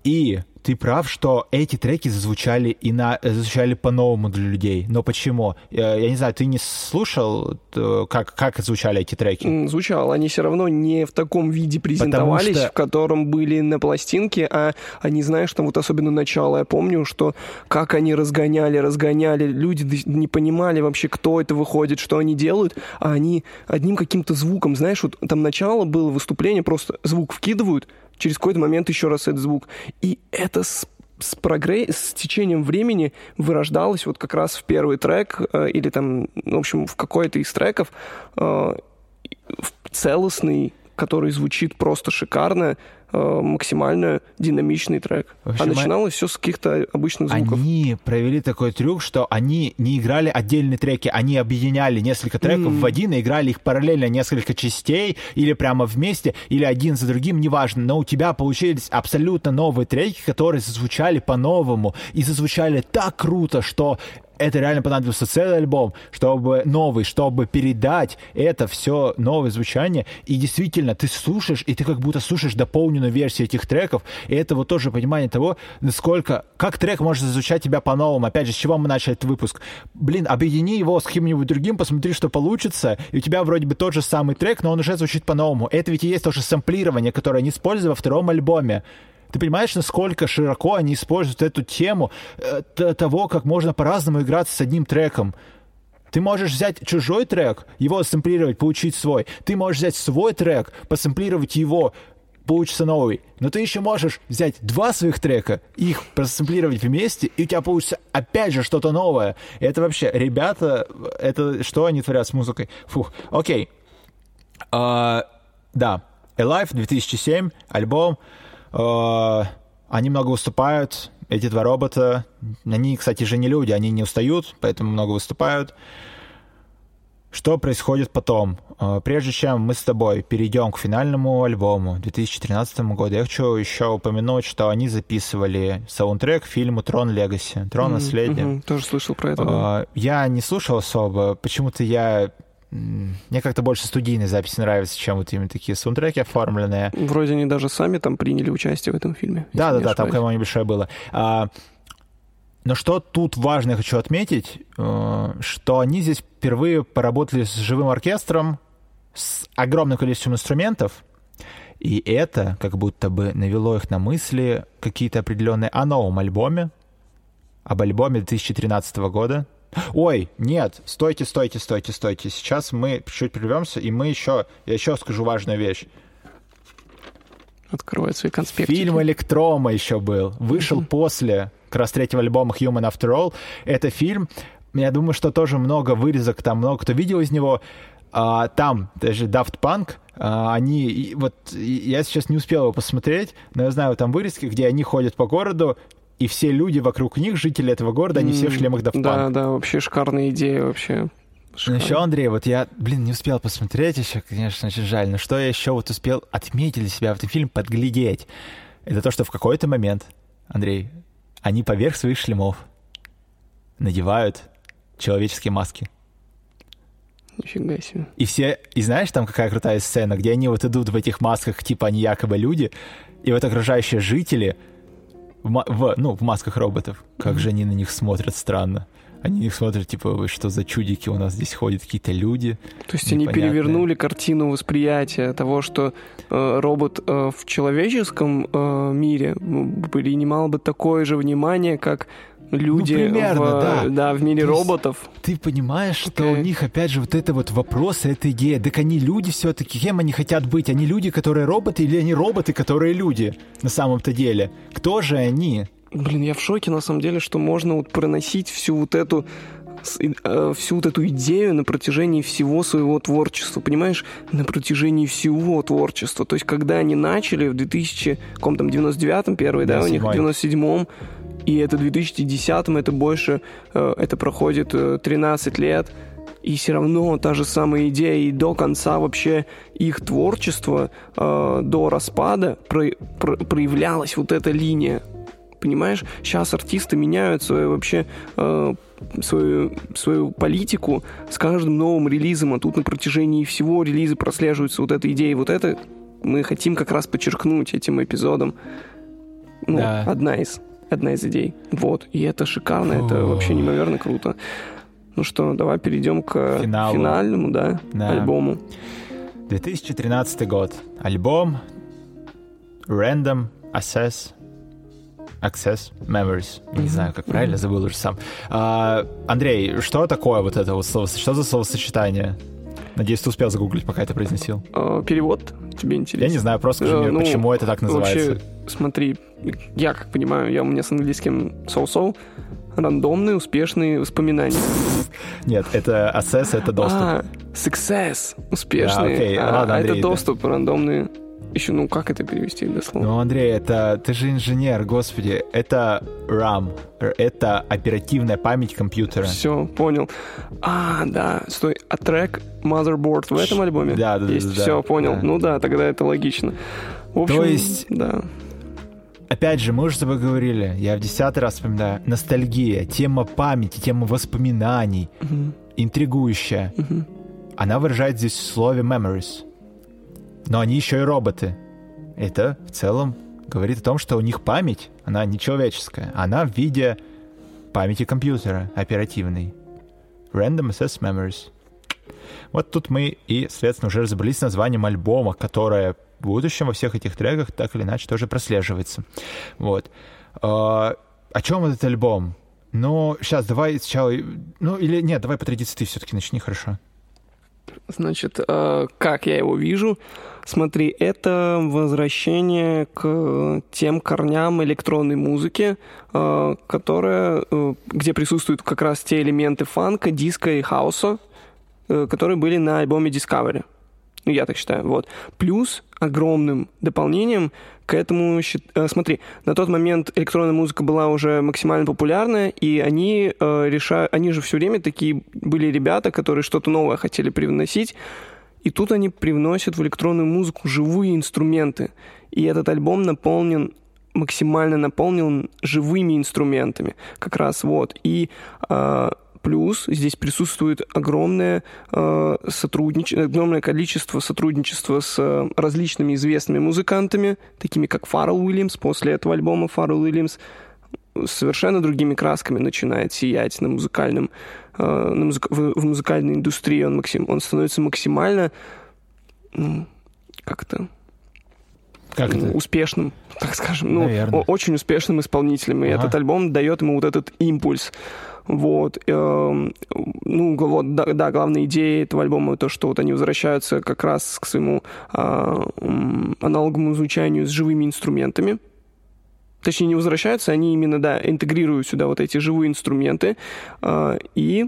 И ты прав, что эти треки зазвучали по-новому для людей. Но почему? Я не знаю, ты не слушал, как звучали эти треки? Звучало. Они все равно не в таком виде презентовались, в котором были на пластинке, а они, знаешь, там вот особенно начало, я помню, что как они разгоняли, люди не понимали вообще, кто это выходит, что они делают, а они одним каким-то звуком, знаешь, вот там начало было выступление, просто звук вкидывают, через какой-то момент еще раз этот звук. И это с течением времени вырождалось вот как раз в первый трек или там, в общем, в какой-то из треков целостный, который звучит просто шикарно, максимально динамичный трек. Общем, начиналось все с каких-то обычных звуков. Они провели такой трюк, что они не играли отдельные треки, они объединяли несколько треков в один и играли их параллельно, несколько частей, или прямо вместе, или один за другим, неважно. Но у тебя получились абсолютно новые треки, которые зазвучали по-новому, и зазвучали так круто, что это реально понадобился целый альбом, чтобы передать это все новое звучание. И действительно, ты слушаешь, и ты как будто слушаешь дополненную версию этих треков. И это вот тоже понимание того, как трек может зазвучать тебя по-новому. Опять же, с чего мы начали этот выпуск? Объедини его с каким-нибудь другим, посмотри, что получится, и у тебя вроде бы тот же самый трек, но он уже звучит по-новому. Это ведь и есть тоже сэмплирование, которое они использовали во втором альбоме. Ты понимаешь, насколько широко они используют эту тему того, как можно по-разному играться с одним треком? Ты можешь взять чужой трек, его сэмплировать, получить свой. Ты можешь взять свой трек, посэмплировать его, получится новый. Но ты еще можешь взять два своих трека, их просэмплировать вместе, и у тебя получится опять же что-то новое. Это вообще, ребята, это что они творят с музыкой? Фух, окей. Да, Alive 2007, альбом. Они много выступают, эти два робота. Они, кстати же, не люди, они не устают, поэтому много выступают. Что происходит потом? Прежде чем мы с тобой перейдем к финальному альбому 2013 года, я хочу еще упомянуть, что они записывали саундтрек к фильму «Трон Легаси», «Трон Наследие». Тоже слышал про это, да. Я не слушал особо, почему-то мне как-то больше студийные записи нравятся, чем вот именно такие саундтреки оформленные. Вроде они даже сами там приняли участие в этом фильме. Да, там кому небольшое было. Но что тут важно, я хочу отметить, что они здесь впервые поработали с живым оркестром, с огромным количеством инструментов, и это как будто бы навело их на мысли какие-то определенные о новом альбоме, об альбоме 2013 года. Ой, нет, стойте. Сейчас мы чуть прервемся, и я еще скажу важную вещь. Открывает свои конспектики. Фильм «Электрома» еще был. Вышел после как раз третьего альбома «Human After All». Это фильм, я думаю, что тоже много вырезок, там много кто видел из него. Там даже Daft Punk, я сейчас не успел его посмотреть, но я знаю, там вырезки, где они ходят по городу, и все люди вокруг них, жители этого города, они все в шлемах Daft Punk. Да, вообще шикарная идея, вообще. Ну еще, Андрей, вот я, не успел посмотреть еще, конечно, очень жаль, но что я еще вот успел отметить для себя в этом фильме, подглядеть, это то, что в какой-то момент, Андрей, они поверх своих шлемов надевают человеческие маски. Нифига себе. И знаешь, там какая крутая сцена, где они вот идут в этих масках, типа они якобы люди, и вот окружающие жители в масках роботов, как же они на них смотрят странно. Они на них смотрят, типа, что за чудики у нас здесь ходят, какие-то люди. То есть они перевернули картину восприятия того, что робот в человеческом мире принимал бы такое же внимание, как люди в мире роботов. Ты понимаешь, что у них, опять же, вот это вот вопрос, эта идея. Так они люди все-таки. Кем они хотят быть? Они люди, которые роботы, или они роботы, которые люди на самом-то деле? Кто же они? Я в шоке, на самом деле, что можно вот проносить всю вот эту идею на протяжении всего своего творчества, понимаешь? На протяжении всего творчества. То есть, когда они начали в 99-м первый, да, у них в 97-м, и это в 2010-м, это больше, это проходит 13 лет, и все равно та же самая идея, и до конца вообще их творчества, до распада проявлялась вот эта линия. Понимаешь, сейчас артисты меняют свою политику с каждым новым релизом, а тут на протяжении всего релиза прослеживается вот эта идея. Вот это мы хотим как раз подчеркнуть этим эпизодом. Ну, одна из идей. Вот. И это шикарно, это вообще неимоверно круто. Ну что, давай перейдем к финальному, альбому. 2013 год. Альбом Random Access Memories. Не знаю, как правильно, забыл уже сам. Андрей, что такое вот это вот слово? Что за словосочетание? Надеюсь, ты успел загуглить, пока это произносил. Перевод тебе интересен? Я не знаю, просто скажи мне, почему это так называется. Вообще, смотри, я как понимаю, у меня с английским so-so, рандомные, успешные воспоминания. Нет, это access, это доступ. Success, успешные. Окей, ладно, Андрей, это доступ, рандомные. Еще, как это перевести дословно? Ну, Андрей, ты же инженер, господи. Это RAM, это оперативная память компьютера. Все, понял. Да, стой, трек Motherboard в этом альбоме? Да. Все, понял. Да. Ну да, тогда это логично. В общем, то есть, да. Опять же, мы уже с тобой говорили, я в 10-й раз вспоминаю, ностальгия, тема памяти, тема воспоминаний, интригующая. Она выражает здесь в слове memories. Но они еще и роботы. Это в целом говорит о том, что у них память, она не человеческая. Она в виде памяти компьютера оперативной. Random Access Memories. Вот тут мы и, соответственно, уже разобрались с названием альбома, которое в будущем во всех этих треках так или иначе тоже прослеживается. Вот. О чем этот альбом? Ну, сейчас давай сначала... давай по традиции ты все-таки начни, хорошо. Значит, как я его вижу? Смотри, это возвращение к тем корням электронной музыки, где присутствуют как раз те элементы фанка, диска и хауса, которые были на альбоме Discovery. Ну, я так считаю. Вот. Плюс огромным дополнением к этому... Смотри, на тот момент электронная музыка была уже максимально популярная, и они же все время такие были ребята, которые что-то новое хотели привносить, и тут они привносят в электронную музыку живые инструменты. И этот альбом максимально наполнен живыми инструментами. Как раз вот. И... Плюс здесь присутствует огромное количество сотрудничества с различными известными музыкантами, такими как Фаррелл Уильямс. После этого альбома Фаррелл Уильямс совершенно другими красками начинает сиять в музыкальной индустрии. Он становится максимально успешным, так скажем. Очень успешным исполнителем. И этот альбом дает ему вот этот импульс. Вот. Главная идея этого альбома то, что вот они возвращаются как раз к своему аналоговому звучанию с живыми инструментами. Точнее, не возвращаются, они именно, интегрируют сюда вот эти живые инструменты. И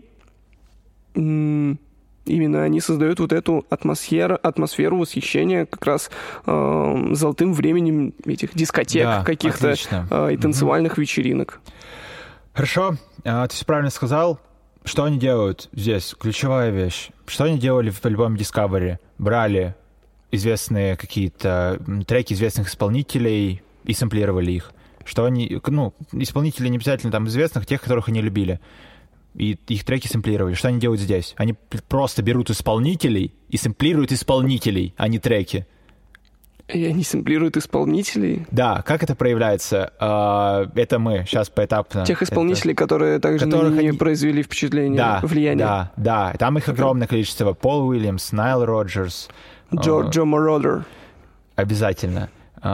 именно они создают вот эту атмосферу восхищения как раз золотым временем этих дискотек каких-то и танцевальных вечеринок. Хорошо, ты все правильно сказал. Что они делают здесь? Ключевая вещь. Что они делали в альбоме Discovery? Брали известные какие-то треки известных исполнителей и сэмплировали их. Что они... исполнители не обязательно там известных, тех, которых они любили. И их треки сэмплировали. Что они делают здесь? Они просто берут исполнителей и сэмплируют исполнителей, а не треки. И они сэмплируют исполнителей? Да, как это проявляется? Это мы сейчас поэтапно... Тех исполнителей, которые также не произвели впечатление, влияние. Да. Там их огромное количество. Пол Уильямс, Найл Роджерс. Джо Мородер. Обязательно.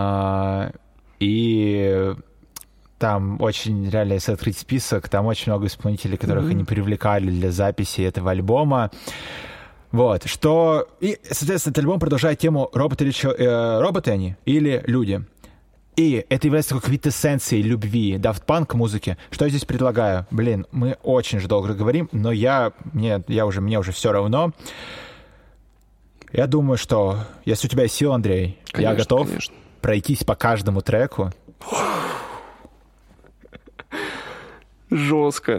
И там очень, реально, если открыть список, там очень много исполнителей, которых они привлекали для записи этого альбома. Вот, что... И, соответственно, этот альбом продолжает тему роботы они или люди. И это является такой квинтэссенцией любви Daft Punk музыки. Что я здесь предлагаю? Мы очень же долго говорим, но мне уже все равно. Я думаю, что если у тебя есть сила, Андрей, я готов пройтись по каждому треку. Жестко.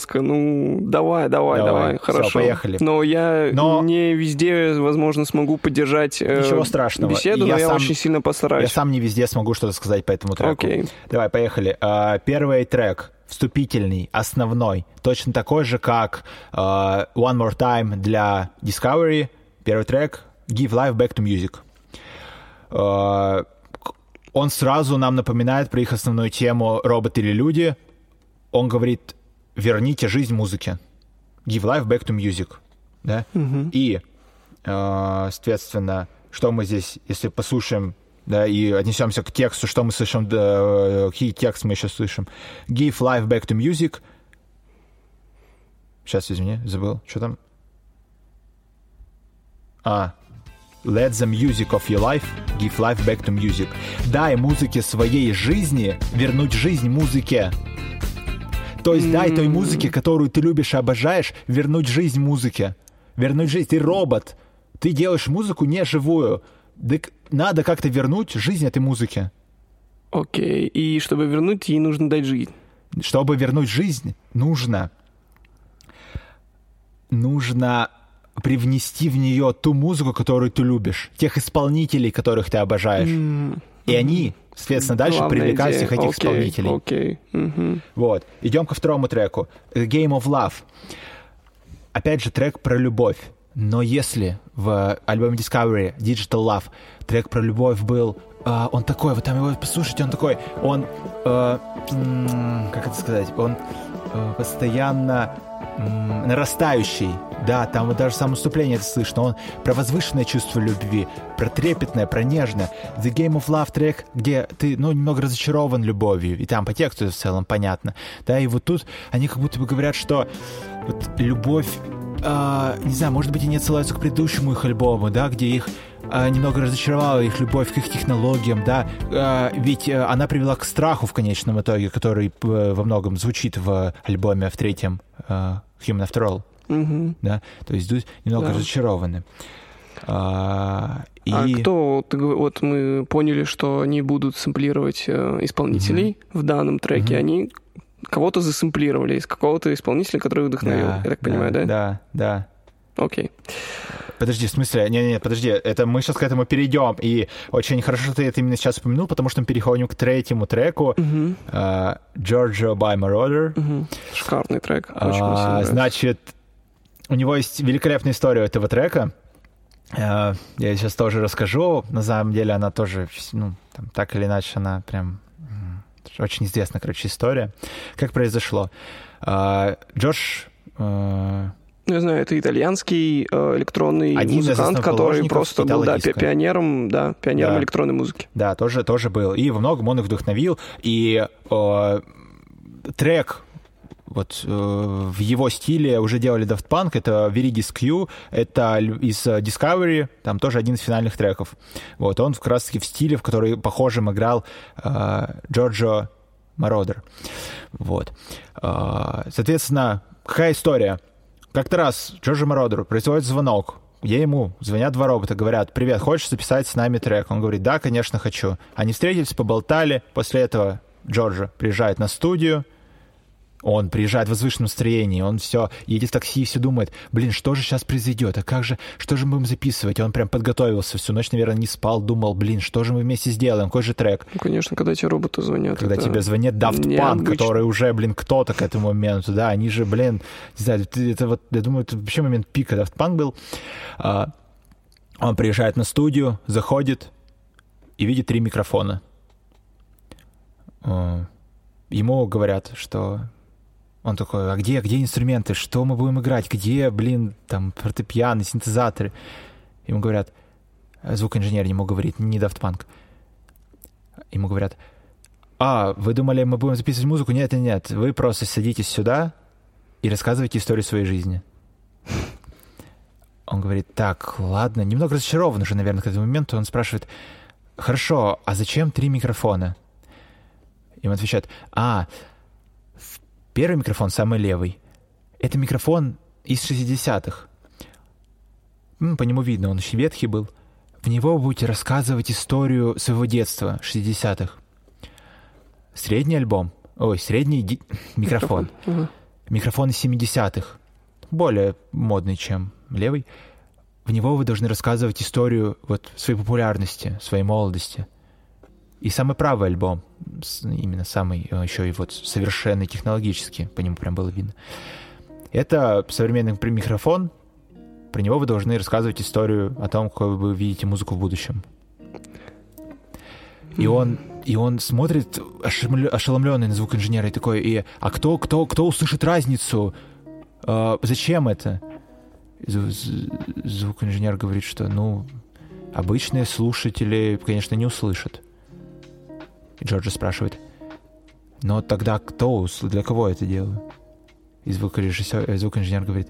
Давай, хорошо. Все, поехали. Но я не везде, возможно, смогу поддержать ничего страшного. Беседу, но я очень сильно постараюсь. Я сам не везде смогу что-то сказать по этому треку. Окей. Давай, поехали. Первый трек, вступительный, основной, точно такой же, как One More Time для Discovery. Первый трек Give Life Back to Music. он сразу нам напоминает про их основную тему «Роботы или люди». Он говорит: верните жизнь музыке. Give life back to music. Да? И, соответственно, что мы здесь, если послушаем, да, и отнесемся к тексту, что мы слышим, да, какие тексты мы еще слышим. Give life back to music. Сейчас, извини, забыл. Что там? Let the music of your life give life back to music. Дай музыке своей жизни вернуть жизнь музыке. То есть дай той музыке, которую ты любишь и обожаешь, вернуть жизнь музыке. Вернуть жизнь. Ты робот. Ты делаешь музыку неживую. Так надо как-то вернуть жизнь этой музыке. Окей. И чтобы вернуть, ей нужно дать жизнь. Чтобы вернуть жизнь, нужно привнести в нее ту музыку, которую ты любишь, тех исполнителей, которых ты обожаешь. И они, соответственно, дальше привлекают всех этих исполнителей. Вот. Идем ко второму треку. The Game of Love. Опять же, трек про любовь. Но если в альбоме Discovery Digital Love трек про любовь был, он такой, вот там его послушайте, он такой, он, как это сказать, он постоянно нарастающий, да, там вот даже самое вступление это слышно, он про возвышенное чувство любви, про трепетное, про нежное. The Game of Love трек, где ты, немного разочарован любовью, и там по тексту в целом понятно, да, и вот тут они как будто бы говорят, что вот любовь, не знаю, может быть, они отсылаются к предыдущему их альбому, да, где их немного разочаровала их любовь к их технологиям, да, ведь она привела к страху в конечном итоге, который во многом звучит в альбоме в третьем Human After All, да, то есть тут немного разочарованы. Вот мы поняли, что они будут сэмплировать исполнителей в данном треке, они кого-то засэмплировали из какого-то исполнителя, который вдохновил, я так понимаю, да? Да. Окей. Подожди, в смысле? Не, подожди, это мы сейчас к этому перейдем, и очень хорошо, что ты это именно сейчас упомянул, потому что мы переходим к третьему треку, Georgia by Marauder. Шикарный трек, очень сильный. Значит, у него есть великолепная история этого трека, я сейчас тоже расскажу, на самом деле она тоже, там, так или иначе, она прям очень известная, история. Как произошло? Джордж... Я знаю, это итальянский электронный музыкант, который просто был пионером электронной музыки. Да, тоже был. И во многом он их вдохновил. И трек вот в его стиле уже делали Daft Punk, это Viridis Q, это из Discovery, там тоже один из финальных треков. Вот, он как раз-таки в стиле, в который похожим играл Giorgio Moroder. Вот. Соответственно, какая история? Как-то раз Джорджу Мародеру производит звонок, где ему звонят два робота, говорят: «Привет, хочешь записать с нами трек?» Он говорит: «Да, конечно, хочу». Они встретились, поболтали. После этого Джорджо приезжает на студию, он приезжает в возвышенном настроении, он все едет в такси и все думает: блин, что же сейчас произойдет, что же мы будем записывать? И он прям подготовился, всю ночь, наверное, не спал, думал: блин, что же мы вместе сделаем, какой же трек? Ну, конечно, когда тебе роботы звонят. Когда тебе звонит Daft Punk, который уже, кто-то к этому моменту, да, они же, не знаю, это вот, я думаю, это вообще момент пика Daft Punk был. Он приезжает на студию, заходит и видит 3 микрофона. Ему говорят, что... Он такой: а где инструменты? Что мы будем играть? Где, там, фортепиано, синтезаторы? Ему говорят, звукоинженер ему говорит, не Daft Punk. Ему говорят: вы думали, мы будем записывать музыку? Нет, вы просто садитесь сюда и рассказывайте историю своей жизни. Он говорит: так, ладно, немного разочарован уже, наверное, к этому моменту. Он спрашивает: хорошо, а зачем 3 микрофона? Ему отвечают: первый микрофон, самый левый, это микрофон из 60-х. По нему видно, он еще ветхий был. В него вы будете рассказывать историю своего детства, 60-х. Средний микрофон. Микрофон из 70-х. Более модный, чем левый. В него вы должны рассказывать историю своей популярности, своей молодости. И самый правый альбом, именно самый еще и совершенный технологически, по нему прям было видно. Это современный микрофон, про него вы должны рассказывать историю о том, какой вы видите музыку в будущем. И он смотрит ошеломленный на звукоинженера и такой, а кто услышит разницу? Зачем это? Звукоинженер говорит, что, обычные слушатели, конечно, не услышат. И Джорджо спрашивает, но тогда для кого это делаю? И звукоинженер говорит,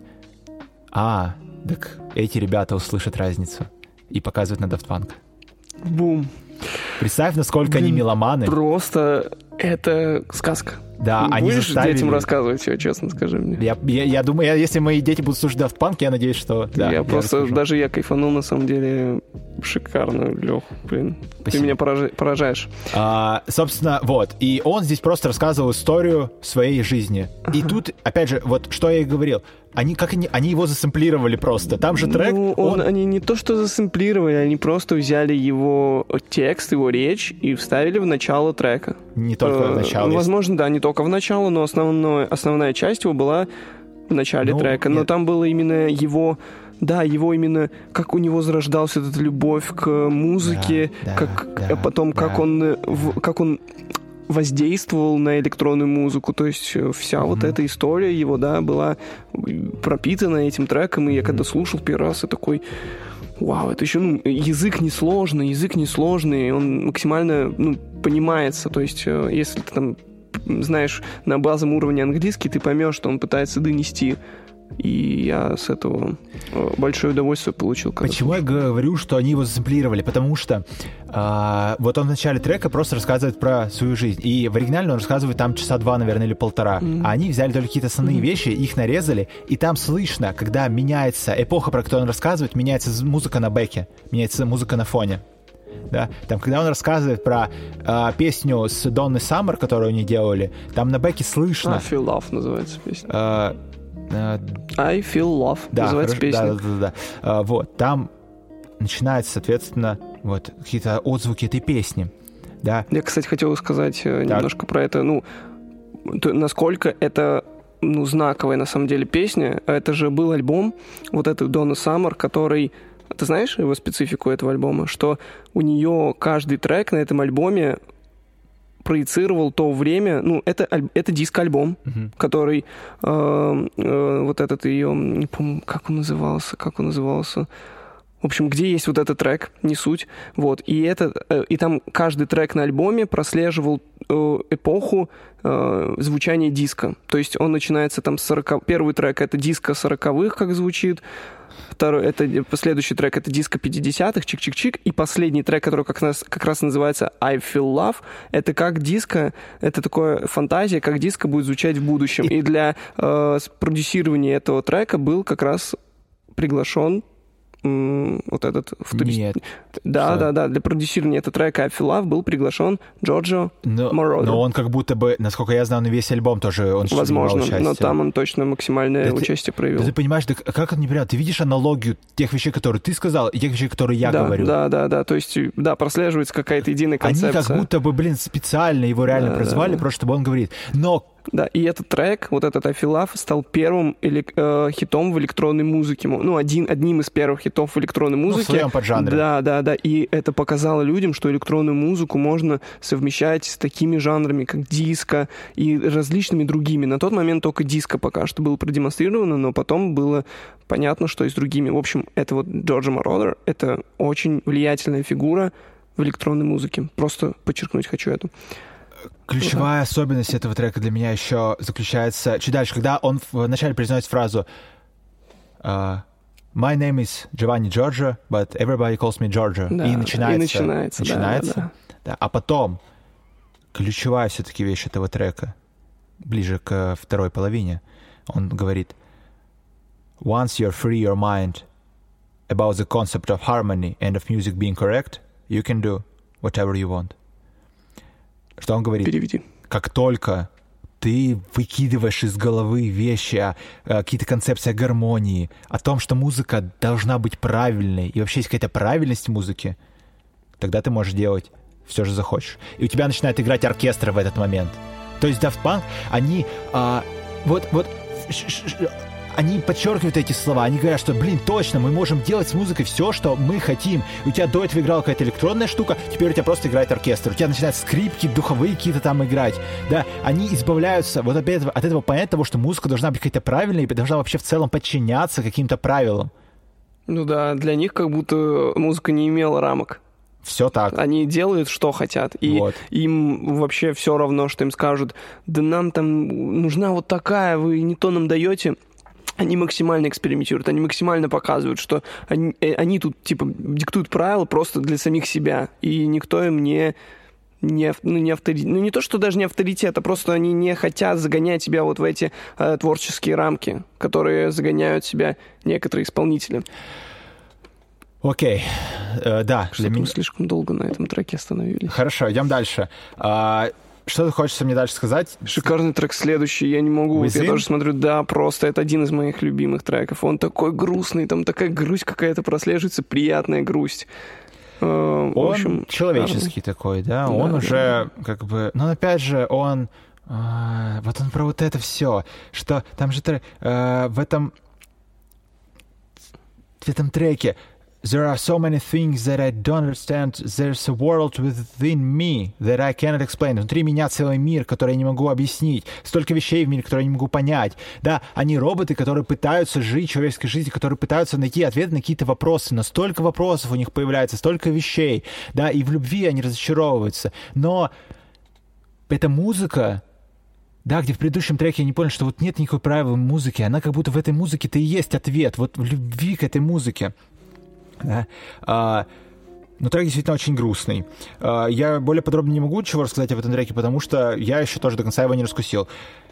так эти ребята услышат разницу. И показывают на Daft Punk. Бум. Представь, насколько они меломаны. Просто это сказка. Да, они будешь заставили... детям рассказывать все, честно скажи мне. Я думаю, если мои дети будут слушать Daft Punk, я надеюсь, что... Да, я просто, даже я кайфанул, на самом деле, шикарно, Лёх, блин. Спасибо. Ты меня поражаешь. Собственно, и он здесь просто рассказывал историю своей жизни. И тут, опять же, что я и говорил, они его засэмплировали просто. Там же трек... Они не то что засэмплировали, они просто взяли его текст, его речь и вставили в начало трека. Не только в начало. Возможно, да, не только в начало, но основная часть его была в начале трека. Но там было именно его... Да, его именно, как у него зарождалась эта любовь к музыке, как он воздействовал на электронную музыку, то есть вся вот эта история его, была пропитана этим треком, и я когда слушал первый раз, я такой, вау, это еще, язык несложный, он максимально, понимается, то есть если ты там знаешь на базовом уровне английский, ты поймешь, что он пытается донести. И я с этого большое удовольствие получил. Почему я говорю, что они его засэмплировали? Потому что вот он в начале трека просто рассказывает про свою жизнь. И в оригинале он рассказывает там часа 2, наверное, или 1,5. А они взяли только какие-то основные вещи, их нарезали, и там слышно, когда меняется эпоха, про которую он рассказывает, меняется музыка на бэке, меняется музыка на фоне. Да? Там, когда он рассказывает про песню с Донной Саммер, которую они делали, там на бэке слышно... I Feel Love называется песня. I Feel Love называется песня. Да. Там начинается, соответственно, какие-то отзвуки этой песни. Да. Я, кстати, хотел сказать немножко про это. Насколько это знаковая, на самом деле, песня. Это же был альбом, этот Donna Summer, который... Ты знаешь его специфику этого альбома? Что у нее каждый трек на этом альбоме проецировал то время, это диск-альбом, который этот ее, не помню, как он назывался. В общем, где есть этот трек, не суть. И там каждый трек на альбоме прослеживал эпоху звучания диска. То есть он начинается там с 40... Первый трек — это диско 40-х, как звучит. Следующий трек — это диско 50-х, чик-чик-чик. И последний трек, который как раз называется I Feel Love, это как диско, это такая фантазия, как диско будет звучать в будущем. И для продюсирования этого трека был как раз приглашен этот футурист. Нет. Да, для продюсирования этого трека I Feel Love был приглашен Джорджо Мородер. Но он как будто бы, насколько я знаю, на весь альбом тоже он возможно, принимал участие. Но там он точно максимальное участие проявил. Да ты понимаешь, как это неприятно? Ты видишь аналогию тех вещей, которые ты сказал, и тех вещей, которые я говорю. Да. То есть, прослеживается какая-то единая концепция. Они как будто бы, специально его реально прозвали, просто чтобы он говорит. Но... Да, и этот трек, этот I Feel Love, стал первым хитом в электронной музыке. Одним из первых хитов в электронной музыке. В своем поджанре. Да. И это показало людям, что электронную музыку можно совмещать с такими жанрами, как диско и различными другими. На тот момент только диско пока что было продемонстрировано, но потом было понятно, что и с другими. В общем, это Джорджо Мородер, это очень влиятельная фигура в электронной музыке. Просто подчеркнуть хочу это. Ключевая особенность этого трека для меня еще заключается чуть дальше, когда он вначале произносит фразу My name is Giovanni Giorgio, but everybody calls me Giorgio. Да, и начинается. Да. А потом ключевая все-таки вещь этого трека, ближе к второй половине, он говорит Once you're free your mind about the concept of harmony and of music being correct, you can do whatever you want. Что он говорит? Переведи. Как только ты выкидываешь из головы вещи, какие-то концепции о гармонии, о том, что музыка должна быть правильной, и вообще есть какая-то правильность музыки, тогда ты можешь делать все, что захочешь. И у тебя начинает играть оркестр в этот момент. То есть Daft Punk, они... они подчеркивают эти слова, они говорят, что, блин, точно, мы можем делать с музыкой все, что мы хотим. У тебя до этого играла какая-то электронная штука, теперь у тебя просто играет оркестр. У тебя начинают скрипки, духовые какие-то там играть. Да, они избавляются вот от этого понятия того, что музыка должна быть какая-то правильная и должна вообще в целом подчиняться каким-то правилам. Ну да, для них как будто музыка не имела рамок. Все так. Они делают, что хотят. И вот. Им вообще все равно, что им скажут, да нам там нужна вот такая, вы не то нам даете. Они максимально экспериментируют, они максимально показывают, что они тут типа диктуют правила просто для самих себя. И никто им не авторитет. Ну не то, что даже не авторитет, а просто они не хотят загонять себя вот в эти творческие рамки, которые загоняют себя некоторые исполнители. Окей, да. Что-то мы слишком долго на этом треке остановились. Хорошо, идем дальше. Что ты хочешь мне дальше сказать? Шикарный трек следующий, я не могу. Я тоже смотрю, да, просто это один из моих любимых треков. Он такой грустный, там такая грусть какая-то прослеживается, приятная грусть. Он общем, человеческий такой, да? Он уже как бы... Ну, опять же, он... вот он про вот это все, что там же в этом треке There are so many things that I don't understand. There's a world within me that I cannot explain. Внутри меня целый мир, который я не могу объяснить. Столько вещей в мире, которые я не могу понять. Да, они роботы, которые пытаются жить человеческой жизнью, которые пытаются найти ответы на какие-то вопросы. Но столько вопросов у них появляется, столько вещей. Да, и в любви они разочаровываются. Но эта музыка, да, где в предыдущем треке я не понял, что вот нет никакой правил музыки. Она как будто в этой музыке-то и есть ответ. Вот в любви к этой музыке. Да. Но трек действительно очень грустный. Я более подробно не могу чего рассказать об этом треке, потому что я еще тоже до конца его не раскусил.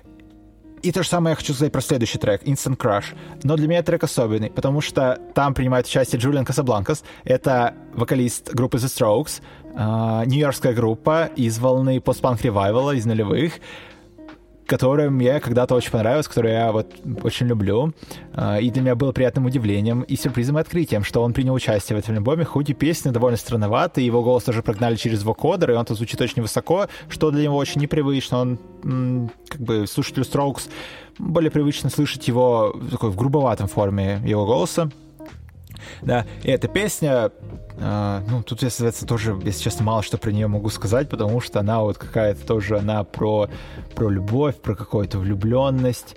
И то же самое я хочу сказать про следующий трек, Instant Crush. Но для меня трек особенный, потому что там принимает участие Джулиан Касабланкас. Это вокалист группы The Strokes, нью-йоркская группа из волны постпанк-ревайвала, из нулевых, которая мне когда-то очень понравилась, которую я вот очень люблю. И для меня было приятным удивлением и сюрпризом и открытием, что он принял участие в этом альбоме, хоть и песня довольно странноватая, его голос тоже прогнали через вокодер, и он тут звучит очень высоко, что для него очень непривычно. Он, как бы, слушателю Strokes более привычно слышать его такой в грубоватом форме его голоса. Да, и эта песня, тут я, соответственно, тоже, если честно, мало что про нее могу сказать, потому что она вот какая-то тоже, она про любовь, про какую-то влюбленность,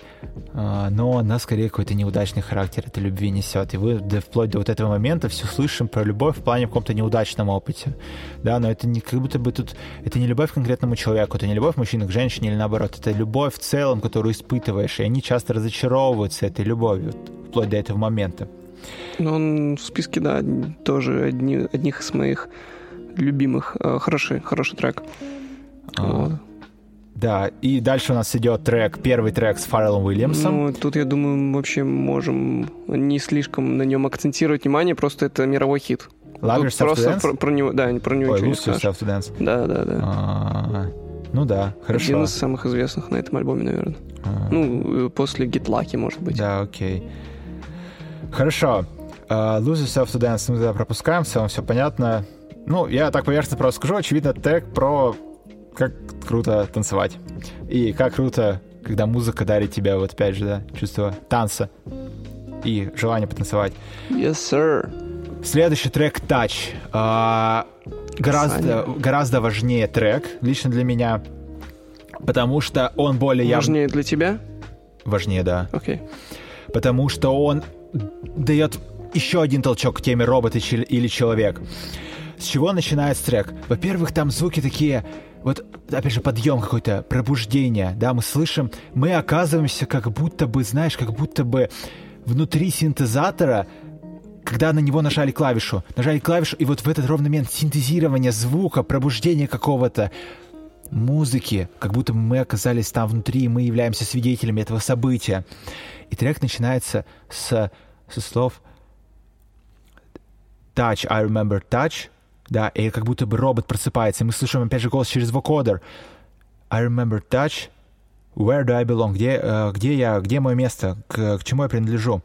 но она скорее какой-то неудачный характер этой любви несет. И вы вплоть до вот этого момента все слышим про любовь в плане каком-то неудачном опыте. Да, но это не как будто бы тут, это не любовь к конкретному человеку, это не любовь мужчины к женщине или наоборот, это любовь в целом, которую испытываешь, и они часто разочаровываются этой любовью вплоть до этого момента. Ну, он в списке, да, тоже одних из моих любимых. Хороший трек. Вот. Да, и дальше у нас идет первый трек с Фарреллом Уильямсом. Ну, тут, я думаю, мы вообще можем не слишком на нем акцентировать внимание, просто это мировой хит. Love Yourself to Dance? Про него, да, про него ничего не скажешь. Lose Yourself to Dance. Да. Ну да, хорошо. Один из самых известных на этом альбоме, наверное. Ну, после Get Lucky, может быть. Да, окей. Хорошо. Lose Yourself to Dance мы тогда пропускаем, в целом все понятно. Ну, я так поверхностно просто скажу, очевидно, трек про как круто танцевать. И как круто, когда музыка дарит тебе, вот опять же, да, чувство танца и желание потанцевать. Yes, sir. Следующий трек Touch. Гораздо важнее трек, лично для меня, потому что он более явно... Важнее для тебя? Важнее, да. Окей. Потому что он дает еще один толчок к теме робот или человек. С чего начинается трек? Во-первых, там звуки такие, вот, опять же, подъем какой-то, пробуждение, да, мы слышим, мы оказываемся как будто бы, знаешь, как будто бы внутри синтезатора, когда на него нажали клавишу, и вот в этот ровный момент синтезирования звука, пробуждения какого-то, музыки, как будто бы мы оказались там внутри, и мы являемся свидетелями этого события. И трек начинается со слов Touch, I remember touch, да, и как будто бы робот просыпается, и мы слышим опять же голос через вокодер. I remember touch, where do I belong? Где мое место? К чему я принадлежу?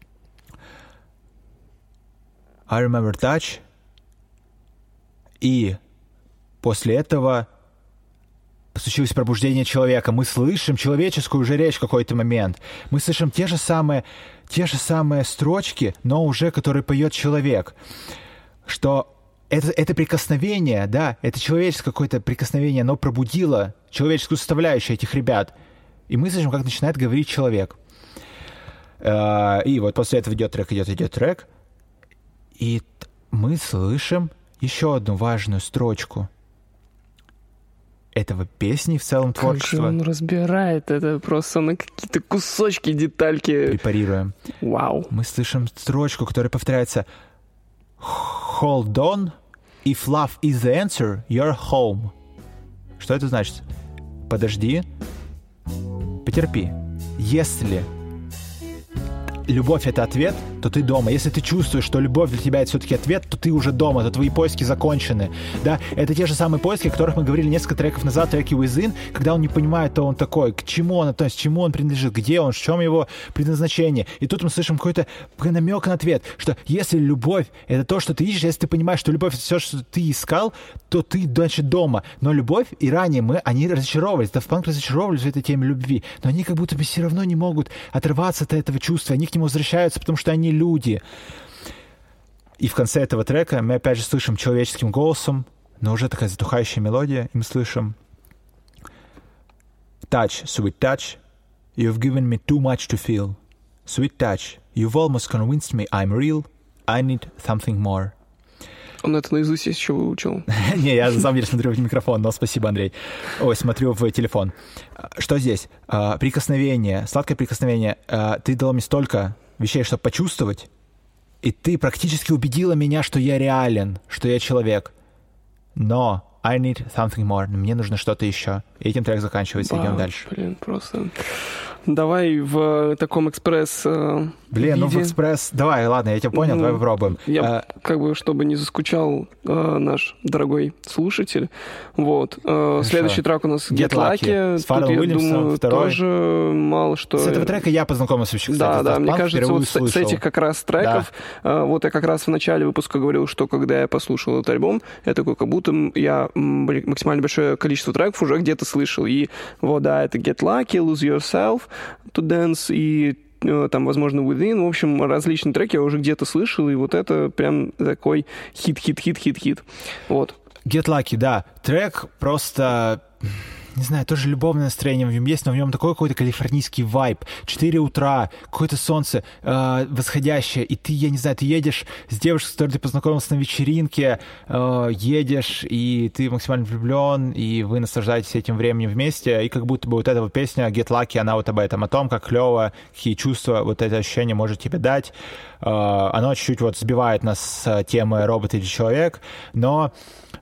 I remember touch, и после этого случилось пробуждение человека, мы слышим человеческую уже речь в какой-то момент, мы слышим те же самые строчки, но уже которые поет человек, что это прикосновение, да, это человеческое какое-то прикосновение, оно пробудило человеческую составляющую этих ребят, и мы слышим, как начинает говорить человек. И вот после этого идет трек, и мы слышим еще одну важную строчку этого песни в целом творчества. Как же он разбирает это просто на какие-то кусочки, детальки. Препарируем. Вау. Мы слышим строчку, которая повторяется «Hold on, if love is the answer, you're home». Что это значит? Подожди, потерпи. Если любовь — это ответ, то ты дома. Если ты чувствуешь, что любовь для тебя — это все-таки ответ, то ты уже дома, то твои поиски закончены. Да? Это те же самые поиски, о которых мы говорили несколько треков назад, треки Within, когда он не понимает, кто он такой, к чему он относится, к чему он принадлежит, где он, в чем его предназначение. И тут мы слышим какой-то намек на ответ, что если любовь — это то, что ты ищешь, если ты понимаешь, что любовь — это все, что ты искал, то ты, значит, дома. Но любовь, и ранее они разочаровывались, Daft Punk разочаровывались в этой теме любви, но они как будто бы все равно не могут отрываться от этого чувства, они к нему возвращаются, потому что они люди. И в конце этого трека мы опять же слышим человеческим голосом, но уже такая затухающая мелодия, и мы слышим Touch, sweet touch, you've given me too much to feel. Sweet touch, you've almost convinced me I'm real, I need something more. Он это наизусть еще выучил. Не, я на самом деле смотрю в микрофон, но спасибо, Андрей. Ой, смотрю в телефон. Что здесь? Прикосновение, сладкое прикосновение. Ты дала мне столько вещей, чтобы почувствовать, и ты практически убедила меня, что я реален, что я человек. Но I need something more. Мне нужно что-то еще. И этим трек заканчивается, идем дальше. Блин, просто... Давай в таком экспресс Блин, ну в экспресс... Давай, ладно, я тебя понял, давай попробуем. Я как бы, чтобы не заскучал наш дорогой слушатель, вот. Следующий трек у нас Get Lucky. С Фарреллом Уильямсом, второй. Тоже мало что... С этого трека я познакомился вообще, кстати. Да, мне кажется, вот с этих как раз треков, вот я как раз в начале выпуска говорил, что когда я послушал этот альбом, я такой, как будто я максимально большое количество треков уже где-то слышал. И вот, да, это Get Lucky, Lose Yourself, To Dance и там, возможно, Within. В общем, различные треки я уже где-то слышал, и вот это прям такой хит. Вот. Get Lucky, да. Трек просто... Не знаю, тоже любовное настроение в нем есть, но в нем такой какой-то калифорнийский вайб. 4 утра, какое-то солнце восходящее, и ты, я не знаю, ты едешь с девушкой, с которой ты познакомился на вечеринке, едешь, и ты максимально влюблен, и вы наслаждаетесь этим временем вместе, и как будто бы вот эта вот песня Get Lucky, она вот об этом, о том, как клево, какие чувства вот это ощущение может тебе дать. Оно чуть-чуть вот сбивает нас с темы робот или человек, но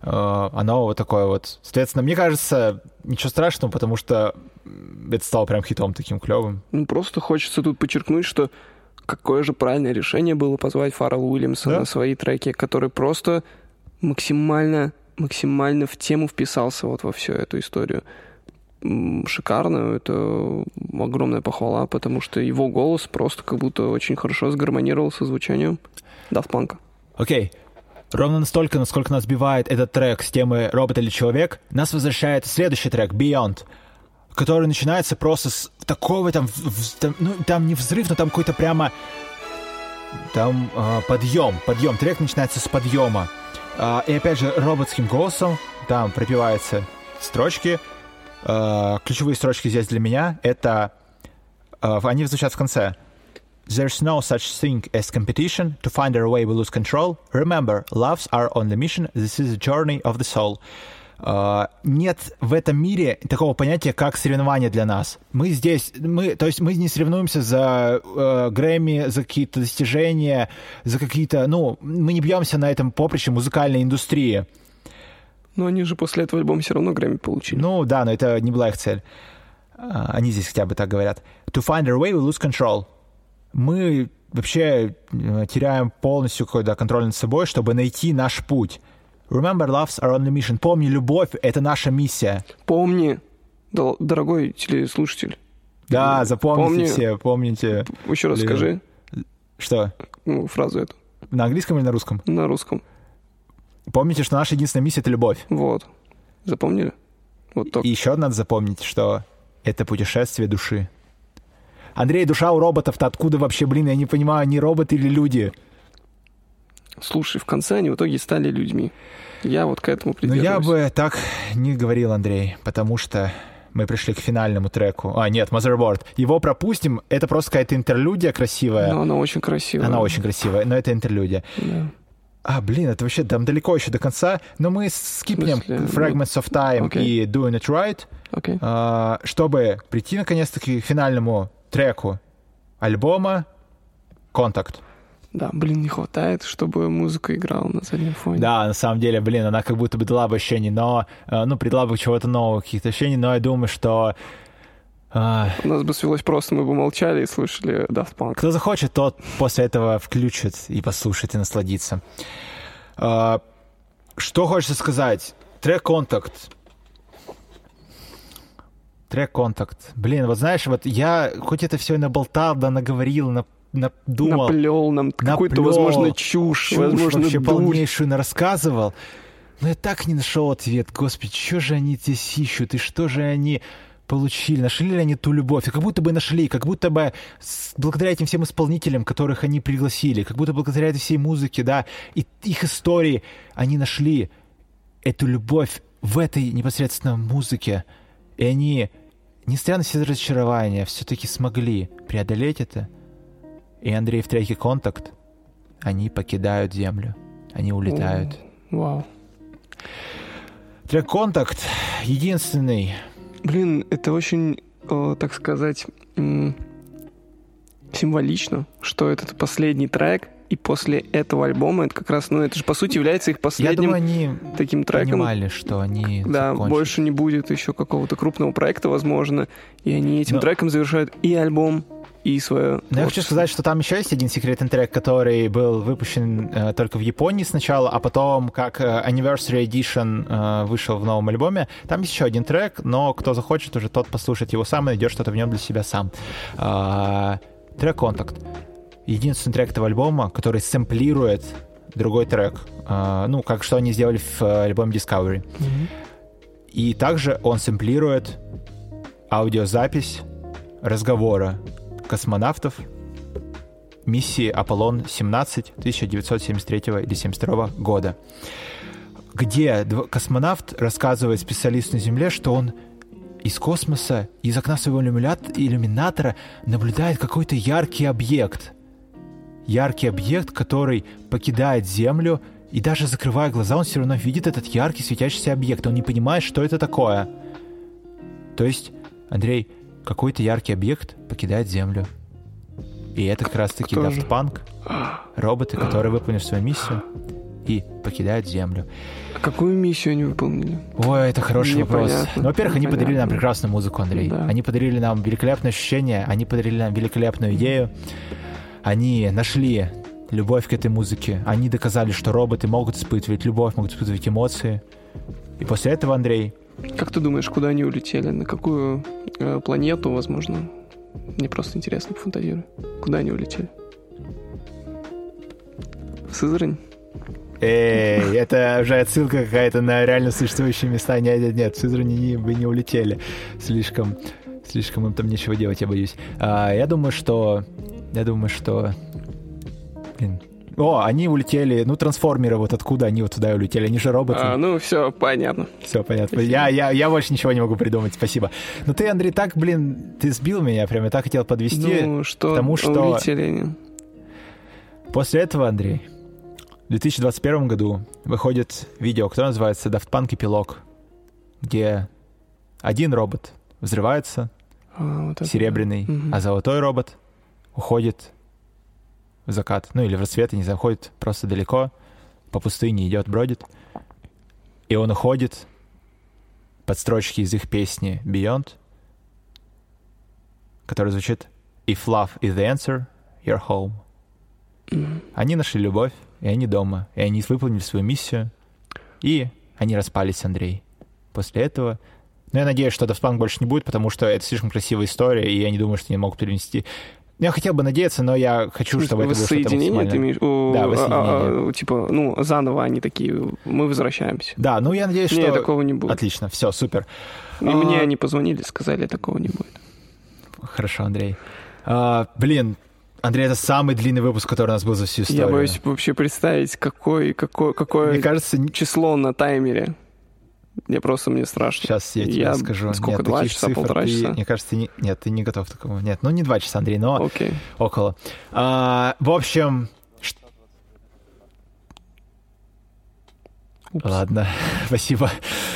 оно вот такое вот. Соответственно, мне кажется, ничего страшного, потому что это стало прям хитом таким клевым. Ну, просто хочется тут подчеркнуть, что какое же правильное решение было позвать Фаррелла Уильямса на свои треки, который просто максимально в тему вписался вот во всю эту историю. Шикарно, это огромная похвала, потому что его голос просто как будто очень хорошо сгармонировал со звучанием Daft Punk. Окей. Ровно настолько, насколько нас сбивает этот трек с темы «Робот или человек», нас возвращает следующий трек «Beyond», который начинается просто с такого там не взрыв, но там какой-то прямо там подъем. Трек начинается с подъема. И опять же роботским голосом там пропеваются строчки. Ключевые строчки здесь для меня — это... они звучат в конце. There's no such thing as competition. To find our way, we lose control. Remember, loves are on the mission. This is a journey of the soul. Нет в этом мире такого понятия, как соревнование для нас. Мы здесь, то есть мы не соревнуемся за Грэмми, за какие-то достижения, за какие-то... мы не бьемся на этом поприще музыкальной индустрии. Но они же после этого альбома все равно Грэмми получили. Да, но это не была их цель. Они здесь хотя бы так говорят. To find our way, we lose control. Мы вообще теряем полностью какой-то контроль над собой, чтобы найти наш путь. Remember, loves are on the mission. Помни, любовь — это наша миссия. Помни, дорогой телеслушатель. Да, запомните все, помните. Еще раз скажи. Что? Фразу эту. На английском или на русском? На русском. Помните, что наша единственная миссия — это любовь. Вот. Запомнили? Вот только. И еще надо запомнить, что это путешествие души. Андрей, душа у роботов-то откуда вообще, блин, я не понимаю, они роботы или люди? Слушай, в конце они в итоге стали людьми. Я вот к этому придерживаюсь. Ну, я бы так не говорил, Андрей, потому что мы пришли к финальному треку. Нет, Motherboard. Его пропустим. Это просто какая-то интерлюдия красивая. Но она очень красивая. Она очень красивая, но это интерлюдия. Да. Блин, это вообще там далеко еще до конца. Но мы скипнем Fragments of Time и Doing It Right, чтобы прийти наконец-таки к финальному треку альбома «Контакт». Да, блин, не хватает, чтобы музыка играла на заднем фоне. Да, на самом деле, блин, она как будто бы дала бы ощущение, но, придала бы чего-то нового, каких-то ощущений, но я думаю, что... У нас бы свелось просто, мы бы молчали и слушали Daft Punk. Кто захочет, тот после этого включит и послушает, и насладится. Что хочется сказать? Трек «Контакт». Блин, вот знаешь, вот я хоть это все и наболтал, да наговорил, надумал. Наплел нам какую-то, возможно, чушь, возможно, вообще дурь. полнейшую нарассказывал. Но я так не нашел ответ. Господи, что же они здесь ищут? И что же они получили? Нашли ли они ту любовь? И как будто бы нашли, как будто бы благодаря этим всем исполнителям, которых они пригласили, как будто благодаря этой всей музыке, да, и их истории, они нашли эту любовь в этой непосредственно музыке. И они, несмотря на все разочарования, все-таки смогли преодолеть это. И, Андрей, в треке «Контакт» они покидают Землю. Они улетают. Вау. Трек «Контакт» единственный. Блин, это очень, так сказать, символично, что этот последний трек, и после этого альбома это как раз, это же по сути является их последним таким треком. Понимали, что они закончат. Больше не будет еще какого-то крупного проекта, возможно, и они этим треком завершают и альбом, и свое... Я хочу сказать, что там еще есть один секретный трек, который был выпущен только в Японии сначала, а потом как Anniversary Edition вышел в новом альбоме. Там есть еще один трек, но кто захочет, уже тот послушает его сам и найдет что-то в нем для себя сам. Трек «Контакт». Единственный трек этого альбома, который сэмплирует другой трек. Как что они сделали в альбоме Discovery. И также он сэмплирует аудиозапись разговора космонавтов миссии Аполлон-17 1973 или 1972 года, где космонавт рассказывает специалисту на Земле, что он из космоса, из окна своего иллюминатора наблюдает какой-то яркий объект, который покидает Землю, и даже закрывая глаза, он все равно видит этот яркий светящийся объект, он не понимает, что это такое. То есть, Андрей, какой-то яркий объект покидает Землю. И это как раз-таки Daft Punk, роботы, которые выполнили свою миссию и покидают Землю. А какую миссию они выполнили? Ой, это хороший вопрос. Во-первых, они подарили нам прекрасную музыку, Андрей. Да. Они подарили нам великолепное ощущение, они подарили нам великолепную идею. Они нашли любовь к этой музыке. Они доказали, что роботы могут испытывать любовь, могут испытывать эмоции. И после этого, Андрей... Как ты думаешь, куда они улетели? На какую планету, возможно? Мне просто интересно, пофантазирую. Куда они улетели? В Сызрань? Это уже отсылка какая-то на реально существующие места. Нет, в Сызрани бы не улетели. Слишком им там нечего делать, я боюсь. Я думаю, что... Блин. Они улетели. Трансформеры, вот откуда они вот туда улетели? Они же роботы. Все понятно. Все понятно. Я больше ничего не могу придумать. Спасибо. Но ты, Андрей, так, ты сбил меня прям. Я так хотел подвести. Потому что улетели они? После этого, Андрей, в 2021 году выходит видео, которое называется Daft Punk Эпилог, где один робот взрывается, серебряный, а золотой робот уходит в закат, или в рассвет, не знаю, ходит просто далеко, по пустыне идет, бродит. И он уходит под строчки из их песни Beyond, которая звучит «If love is the answer, you're home». Они нашли любовь, и они дома, и они выполнили свою миссию, и они распались, Андрей. После этого... я надеюсь, что Daft Punk больше не будет, потому что это слишком красивая история, и я не думаю, что они могут перенести Я хотел бы надеяться, но я хочу, чтобы это было что-то воссоединение, ты имеешь? Да, воссоединение. Типа, заново они такие, мы возвращаемся. Да, я надеюсь, что... Нет, такого не будет. Отлично, все, супер. И мне они позвонили, сказали, такого не будет. Хорошо, Андрей. Блин, Андрей, это самый длинный выпуск, который у нас был за всю историю. Я боюсь вообще представить, какое Мне кажется, число на таймере. Мне страшно. Сейчас я тебе скажу. Сколько, 2 часа, 1,5 часа? Мне кажется, нет, ты не готов к такому. Нет, не 2 часа, Андрей, но окей. Около. В общем... Ладно, спасибо.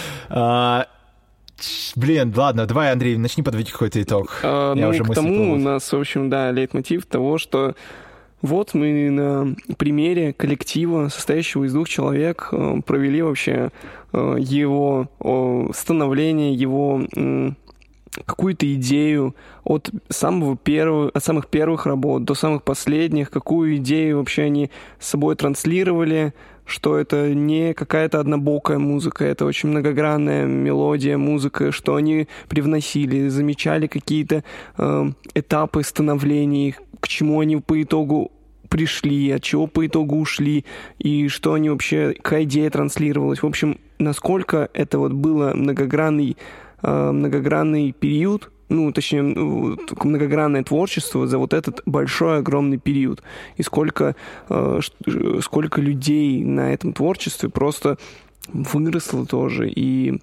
Блин, ладно, давай, Андрей, начни подводить какой-то итог. Я уже к тому у нас, в общем, лейтмотив того, что вот мы на примере коллектива, состоящего из 2 человек, провели вообще его становление, его какую-то идею от самых первых работ до самых последних, какую идею вообще они с собой транслировали, что это не какая-то однобокая музыка, это очень многогранная мелодия, музыка, что они привносили, замечали какие-то этапы становления, к чему они по итогу пришли, от чего по итогу ушли, и что они вообще, какая идея транслировалась. В общем, насколько это было многогранный период, точнее, многогранное творчество за вот этот большой, огромный период. И сколько людей на этом творчестве просто выросло тоже. И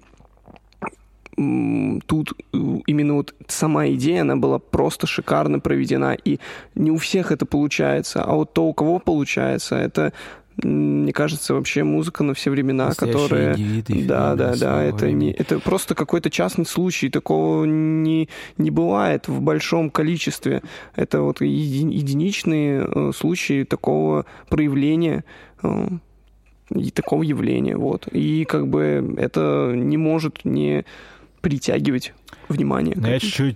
тут именно вот сама идея, она была просто шикарно проведена. И не у всех это получается, а вот то, у кого получается, это... Мне кажется, вообще музыка на все времена, которая... Да, это просто какой-то частный случай, такого не бывает в большом количестве. Это вот единичные случаи такого проявления и такого явления, вот. И как бы это не может не притягивать внимание. Я чуть-чуть,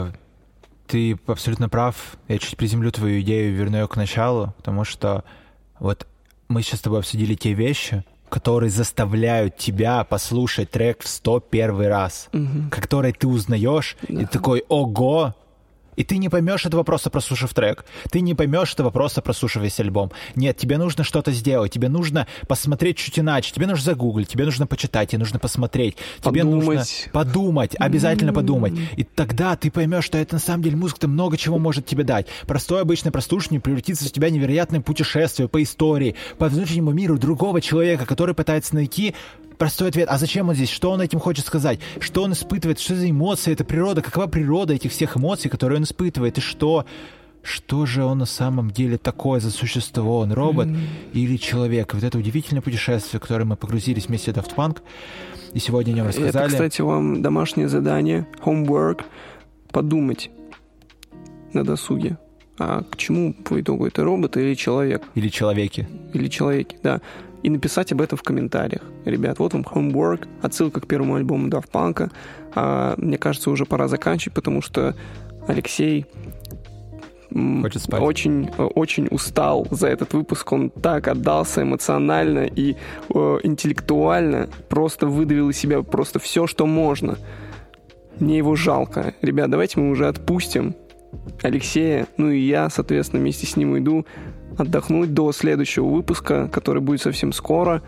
ты абсолютно прав. Я чуть приземлю твою идею, верну ее к началу, потому что вот мы сейчас с тобой обсудили те вещи, которые заставляют тебя послушать трек в 101 раз, которые ты узнаешь, и такой «Ого!» И ты не поймешь этого, просто прослушав трек. Ты не поймешь этого, просто прослушав весь альбом. Нет, тебе нужно что-то сделать, тебе нужно посмотреть чуть иначе, тебе нужно загуглить, тебе нужно почитать, тебе нужно посмотреть, тебе нужно подумать, обязательно подумать. И тогда ты поймешь, что это на самом деле музыка много чего может тебе дать. Простое обычное прослушивание превратится в тебя в невероятное путешествие по истории, по внутреннему миру другого человека, который пытается найти простой ответ. А зачем он здесь? Что он этим хочет сказать? Что он испытывает? Что за эмоции? Это природа? Какова природа этих всех эмоций, которые он испытывает? И что же он на самом деле такое за существо? Он робот или человек? И вот это удивительное путешествие, в которое мы погрузились вместе с Daft Punk, и сегодня о нем рассказали. Это, кстати, вам домашнее задание, homework, подумать на досуге. А к чему по итогу это робот или человек? Или человеки. Или человеки, да. И написать об этом в комментариях. Ребят, вот вам homework, отсылка к первому альбому Daft Punk. Мне кажется, уже пора заканчивать, потому что Алексей хочет спать. Очень устал за этот выпуск. Он так отдался эмоционально и интеллектуально, просто выдавил из себя просто все, что можно. Мне его жалко. Ребят, давайте мы уже отпустим Алексея, и я, соответственно, вместе с ним иду отдохнуть до следующего выпуска, который будет совсем скоро.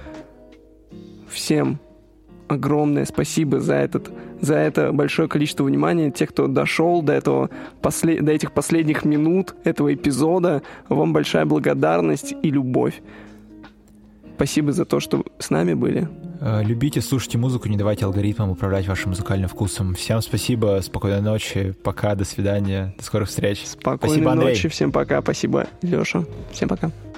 Всем огромное спасибо за это большое количество внимания. Те, кто дошел до этих последних минут этого эпизода, вам большая благодарность и любовь. Спасибо за то, что с нами были. Любите, слушайте музыку, не давайте алгоритмам управлять вашим музыкальным вкусом. Всем спасибо, спокойной ночи, пока, до свидания, до скорых встреч. Спокойной ночи, всем пока, спасибо, Леша, всем пока.